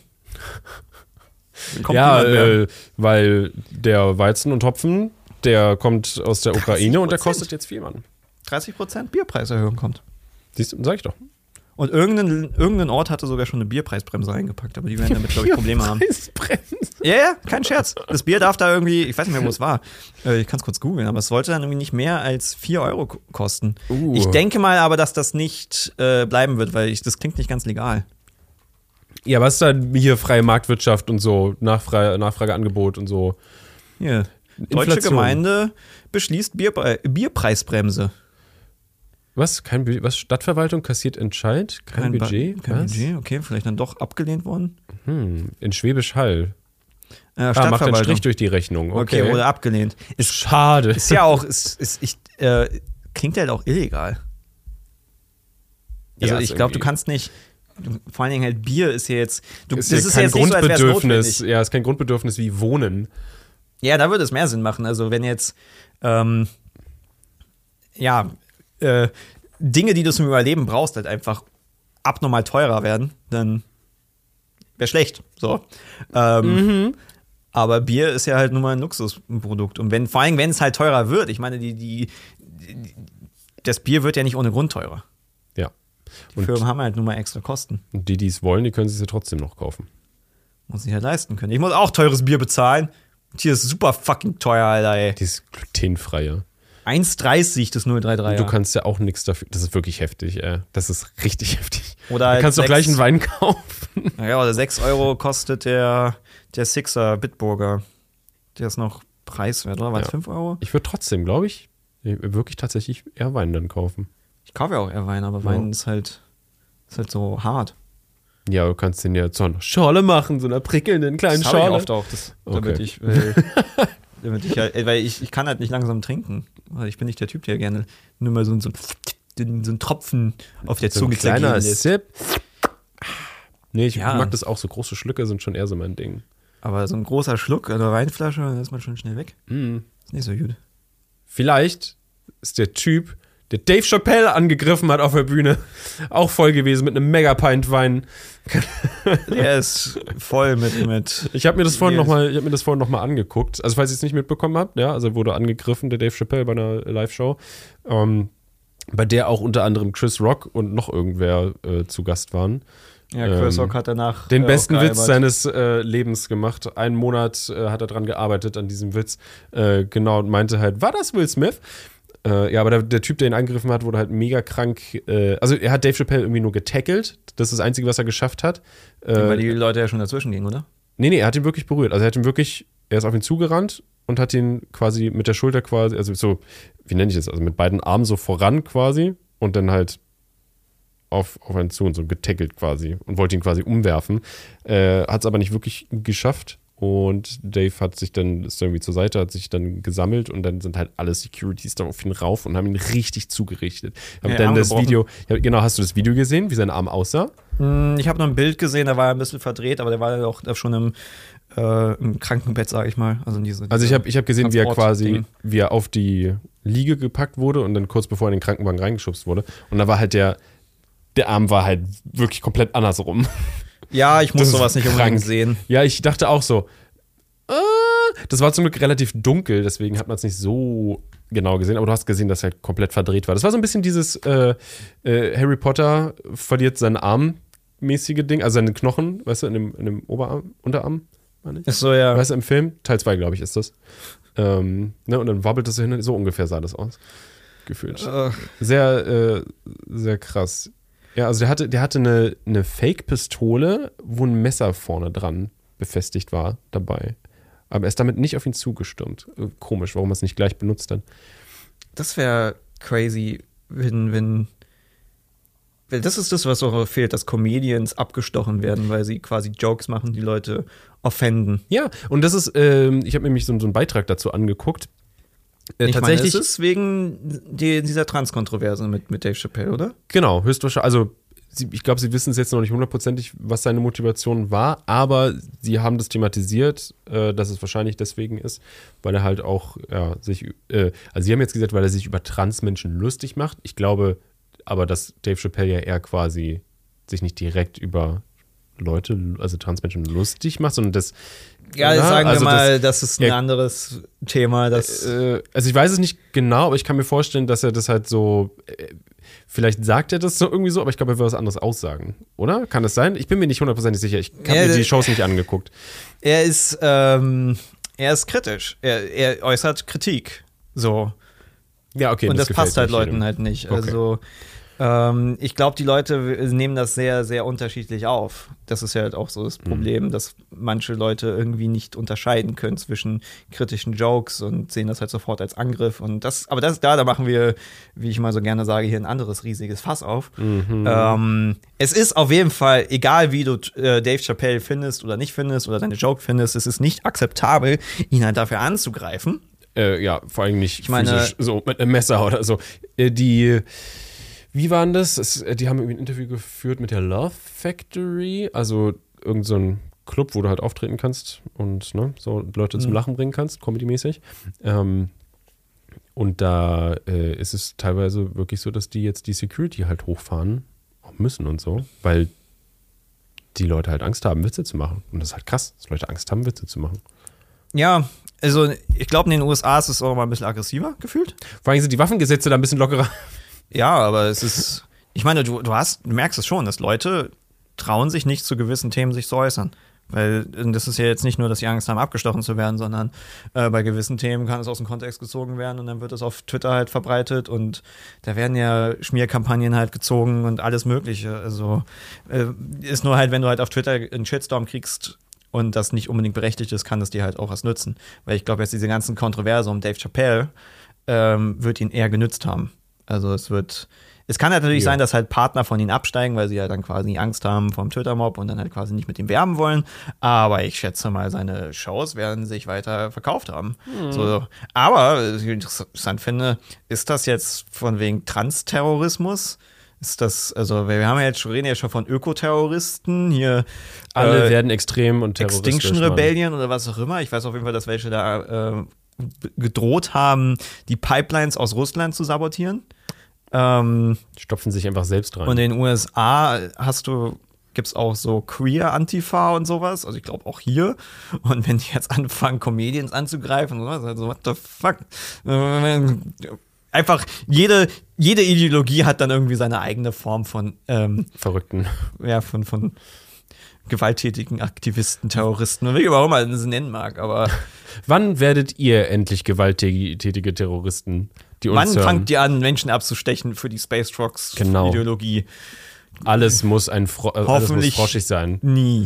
Weil der Weizen und Hopfen, der kommt aus der Ukraine und der kostet jetzt viel, Mann. 30% Bierpreiserhöhung kommt. Siehst du, sag ich doch. Und irgendein Ort hatte sogar schon eine Bierpreisbremse eingepackt, aber die werden damit, glaube ich, Probleme haben. Ja, kein Scherz. Das Bier darf da irgendwie, ich weiß nicht mehr, wo es war. Ich kann es kurz googeln, aber es sollte dann irgendwie nicht mehr als 4 Euro kosten. Ich denke mal aber, dass das nicht bleiben wird, weil das klingt nicht ganz legal. Ja, was ist da hier freie Marktwirtschaft und so, Nachfrageangebot und so. Hier, Deutsche Gemeinde beschließt Bierpreisbremse. Was? Was? Stadtverwaltung kassiert Entscheid? Kein Budget? Kein Budget, okay, vielleicht dann doch abgelehnt worden. In Schwäbisch Hall. Stadtverwaltung. Macht einen Strich durch die Rechnung. Okay, wurde abgelehnt. Schade. Ist ja auch, klingt halt auch illegal. Also ich glaube, du kannst nicht, vor allen Dingen halt Bier ist ja jetzt, das ist kein Grundbedürfnis, ja, ist kein Grundbedürfnis wie Wohnen. Ja, da würde es mehr Sinn machen. Also wenn jetzt, Dinge, die du zum Überleben brauchst, halt einfach abnormal teurer werden, dann wäre schlecht. So. Aber Bier ist ja halt nun mal ein Luxusprodukt. Und vor allem, wenn es halt teurer wird, ich meine, das Bier wird ja nicht ohne Grund teurer. Ja. Die Firmen haben halt nun mal extra Kosten. Und die es wollen, die können es ja trotzdem noch kaufen. Muss ich halt leisten können. Ich muss auch teures Bier bezahlen. Und hier ist super fucking teuer, Alter, ey. Die ist glutenfreie. 1,30 das 033. Du kannst ja auch nichts dafür. Das ist wirklich heftig, ey. Das ist richtig heftig. Oder halt du kannst doch gleich einen Wein kaufen. Ja, oder 6 € kostet der Sixer Bitburger. Der ist noch preiswert, oder? War es 5 €? Ich würde trotzdem, glaube ich, wirklich tatsächlich eher Wein dann kaufen. Ich kaufe ja auch eher Wein, aber Wein ist halt so hart. Ja, du kannst den ja zu einer Schorle machen, so einer prickelnden kleinen Schorle. Das habe ich oft auch, damit ich halt, weil ich kann halt nicht langsam trinken. Ich bin nicht der Typ, der gerne nur mal so einen Tropfen auf der Zunge zergehen lässt. Sip. Nee, ich mag das auch. So große Schlücke sind schon eher so mein Ding. Aber so ein großer Schluck oder Weinflasche, dann ist man schon schnell weg. Ist nicht so gut. Vielleicht ist der Typ, der Dave Chappelle angegriffen hat auf der Bühne, auch voll gewesen mit einem Megapint Wein. Der ist voll mit. Ich habe mir das vorhin noch mal angeguckt. Also falls ihr es nicht mitbekommen habt, ja, also wurde angegriffen, der Dave Chappelle bei einer Live-Show, bei der auch unter anderem Chris Rock und noch irgendwer zu Gast waren. Ja, Chris Rock hat danach den besten Witz seines Lebens gemacht. Einen Monat hat er dran gearbeitet an diesem Witz. Genau, und meinte halt, war das Will Smith? Ja, aber der Typ, der ihn angegriffen hat, wurde halt mega krank. Also er hat Dave Chappelle irgendwie nur getackelt. Das ist das Einzige, was er geschafft hat. Weil die Leute ja schon dazwischen gingen, oder? Nee, er hat ihn wirklich berührt. Also er ist auf ihn zugerannt und hat ihn quasi mit der Schulter quasi, also so, wie nenne ich das? Also mit beiden Armen so voran quasi und dann halt auf einen zu und so getackelt quasi und wollte ihn quasi umwerfen. Hat es aber nicht wirklich geschafft. Und Dave ist irgendwie zur Seite, hat sich dann gesammelt und dann sind halt alle Securities da auf ihn rauf und haben ihn richtig zugerichtet. Hast du das Video gesehen, wie sein Arm aussah? Ich habe nur ein Bild gesehen, da war er ein bisschen verdreht, aber der war ja auch schon im Krankenbett, sage ich mal. Also ich hab gesehen, wie er auf die Liege gepackt wurde und dann kurz bevor er in den Krankenwagen reingeschubst wurde. Und da war halt der Arm war halt wirklich komplett andersrum. Ja, ich muss sowas nicht unbedingt sehen. Ja, ich dachte auch so. Das war zum Glück relativ dunkel, deswegen hat man es nicht so genau gesehen. Aber du hast gesehen, dass er halt komplett verdreht war. Das war so ein bisschen dieses Harry Potter verliert seinen Arm mäßige Ding, also seine Knochen, weißt du, in dem Unterarm, meine ich. Ist so, ja. Weißt du, im Film, Teil 2, glaube ich, ist das. Und dann wabbelt das so hin, so ungefähr sah das aus. Gefühlt. Sehr, sehr krass. Ja, also der hatte eine Fake-Pistole, wo ein Messer vorne dran befestigt war dabei. Aber er ist damit nicht auf ihn zugestürmt. Komisch, warum er es nicht gleich benutzt hat. Das wäre crazy, wenn das ist das, was auch fehlt, dass Comedians abgestochen werden, weil sie quasi Jokes machen, die Leute offenden. Ja, und das ist, ich habe nämlich so einen Beitrag dazu angeguckt. Tatsächlich ist es wegen dieser Trans-Kontroverse mit Dave Chappelle, oder? Genau, höchstwahrscheinlich. Also, ich glaube, sie wissen es jetzt noch nicht hundertprozentig, was seine Motivation war, aber sie haben das thematisiert, dass es wahrscheinlich deswegen ist, weil er halt auch also sie haben jetzt gesagt, weil er sich über Transmenschen lustig macht. Ich glaube aber, dass Dave Chappelle ja eher quasi sich nicht direkt über Leute, also Transmenschen lustig macht, sondern das. Ja, sagen wir mal, das ist ein anderes Thema. Also ich weiß es nicht genau, aber ich kann mir vorstellen, dass er das halt so, vielleicht sagt er das so irgendwie so, aber ich glaube, er will was anderes aussagen, oder? Kann das sein? Ich bin mir nicht hundertprozentig sicher. Ich habe mir die Shows nicht angeguckt. Er ist kritisch. Er äußert Kritik. So. Ja, okay. Und das passt halt Leuten halt nicht. Okay. Also ich glaube, die Leute nehmen das sehr, sehr unterschiedlich auf. Das ist ja halt auch so das Problem, dass manche Leute irgendwie nicht unterscheiden können zwischen kritischen Jokes und sehen das halt sofort als Angriff. Und da machen wir, wie ich mal so gerne sage, hier ein anderes riesiges Fass auf. Es ist auf jeden Fall, egal wie du Dave Chappelle findest oder nicht findest oder deine Joke findest, es ist nicht akzeptabel, ihn halt dafür anzugreifen. Ja, vor allem nicht physisch, so mit einem Messer oder so. Wie war denn das? Die haben irgendwie ein Interview geführt mit der Love Factory, also irgend so ein Club, wo du halt auftreten kannst und ne, so Leute zum Lachen bringen kannst, comedy-mäßig. Und da ist es teilweise wirklich so, dass die jetzt die Security halt hochfahren müssen und so, weil die Leute halt Angst haben, Witze zu machen. Und das ist halt krass, dass Leute Angst haben, Witze zu machen. Ja, also ich glaube, in den USA ist es auch mal ein bisschen aggressiver gefühlt. Vor allem sind die Waffengesetze da ein bisschen lockerer. Ja, aber es ist, ich meine, du merkst es schon, dass Leute trauen sich nicht zu gewissen Themen sich zu äußern. Weil das ist ja jetzt nicht nur, dass sie Angst haben, abgestochen zu werden, sondern bei gewissen Themen kann es aus dem Kontext gezogen werden und dann wird es auf Twitter halt verbreitet und da werden ja Schmierkampagnen halt gezogen und alles Mögliche. Also ist nur halt, wenn du halt auf Twitter einen Shitstorm kriegst und das nicht unbedingt berechtigt ist, kann das dir halt auch was nützen. Weil ich glaube, jetzt diese ganzen Kontroverse um Dave Chappelle wird ihn eher genützt haben. Also es kann halt natürlich sein, dass halt Partner von ihnen absteigen, weil sie ja dann quasi Angst haben vom Twitter-Mob und dann halt quasi nicht mit ihm werben wollen. Aber ich schätze mal, seine Shows werden sich weiter verkauft haben. So. Aber, was ich interessant finde, ist das jetzt von wegen Transterrorismus? Ist das, also wir haben ja jetzt reden ja schon von Ökoterroristen hier. Alle werden extrem und terroristisch. Extinction Rebellion oder was auch immer. Ich weiß auf jeden Fall, dass welche da gedroht haben, die Pipelines aus Russland zu sabotieren. Stopfen sich einfach selbst rein. Und in den USA gibt's auch so Queer-Antifa und sowas. Also ich glaube auch hier. Und wenn die jetzt anfangen, Comedians anzugreifen, also what the fuck? Einfach jede Ideologie hat dann irgendwie seine eigene Form von Verrückten. Ja, von gewalttätigen Aktivisten, Terroristen, wie auch immer man es nennen mag. Aber wann werdet ihr endlich gewalttätige Terroristen? Wann fangt ihr an, Menschen abzustechen für die Space Rocks Ideologie? Alles muss froschig sein. Nie.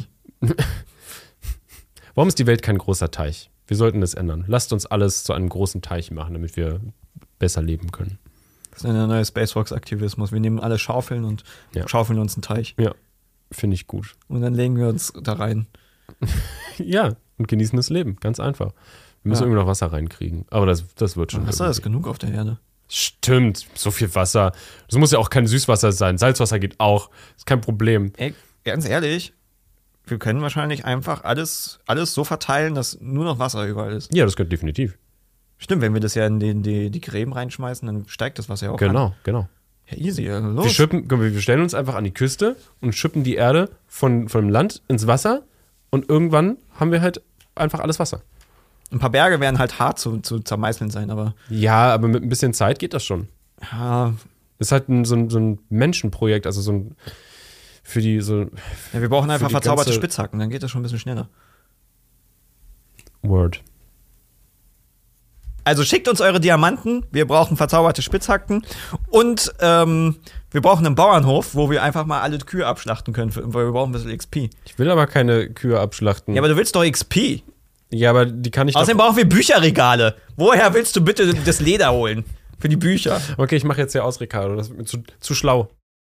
Warum ist die Welt kein großer Teich? Wir sollten das ändern. Lasst uns alles zu einem großen Teich machen, damit wir besser leben können. Das ist der neue Space Rocks Aktivismus. Wir nehmen alle Schaufeln und schaufeln uns einen Teich. Ja, finde ich gut. Und dann legen wir uns da rein. Ja, und genießen das Leben. Ganz einfach. Wir müssen irgendwie noch Wasser reinkriegen. Aber das wird schon. Wasser ist genug auf der Erde. Stimmt, so viel Wasser. Das muss ja auch kein Süßwasser sein. Salzwasser geht auch. Ist kein Problem. Ey, ganz ehrlich, wir können wahrscheinlich einfach alles so verteilen, dass nur noch Wasser überall ist. Ja, das geht definitiv. Stimmt, wenn wir das ja in die Gräben reinschmeißen, dann steigt das Wasser ja auch Genau. Ja, easy, also los. Wir stellen uns einfach an die Küste und schippen die Erde von dem Land ins Wasser und irgendwann haben wir halt einfach alles Wasser. Ein paar Berge werden halt hart zu zermeißeln sein, aber ja, aber mit ein bisschen Zeit geht das schon. Ja. Das ist halt so ein Menschenprojekt, also so ein für die so. Ja, wir brauchen einfach verzauberte Spitzhacken, dann geht das schon ein bisschen schneller. Word. Also schickt uns eure Diamanten, wir brauchen verzauberte Spitzhacken und wir brauchen einen Bauernhof, wo wir einfach mal alle Kühe abschlachten können, weil wir brauchen ein bisschen XP. Ich will aber keine Kühe abschlachten. Ja, aber du willst doch XP. Ja, aber die kann ich Außerdem brauchen wir Bücherregale. Woher willst du bitte das Leder holen? Für die Bücher. Okay, ich mache jetzt hier aus, Ricardo. Das ist mir zu schlau.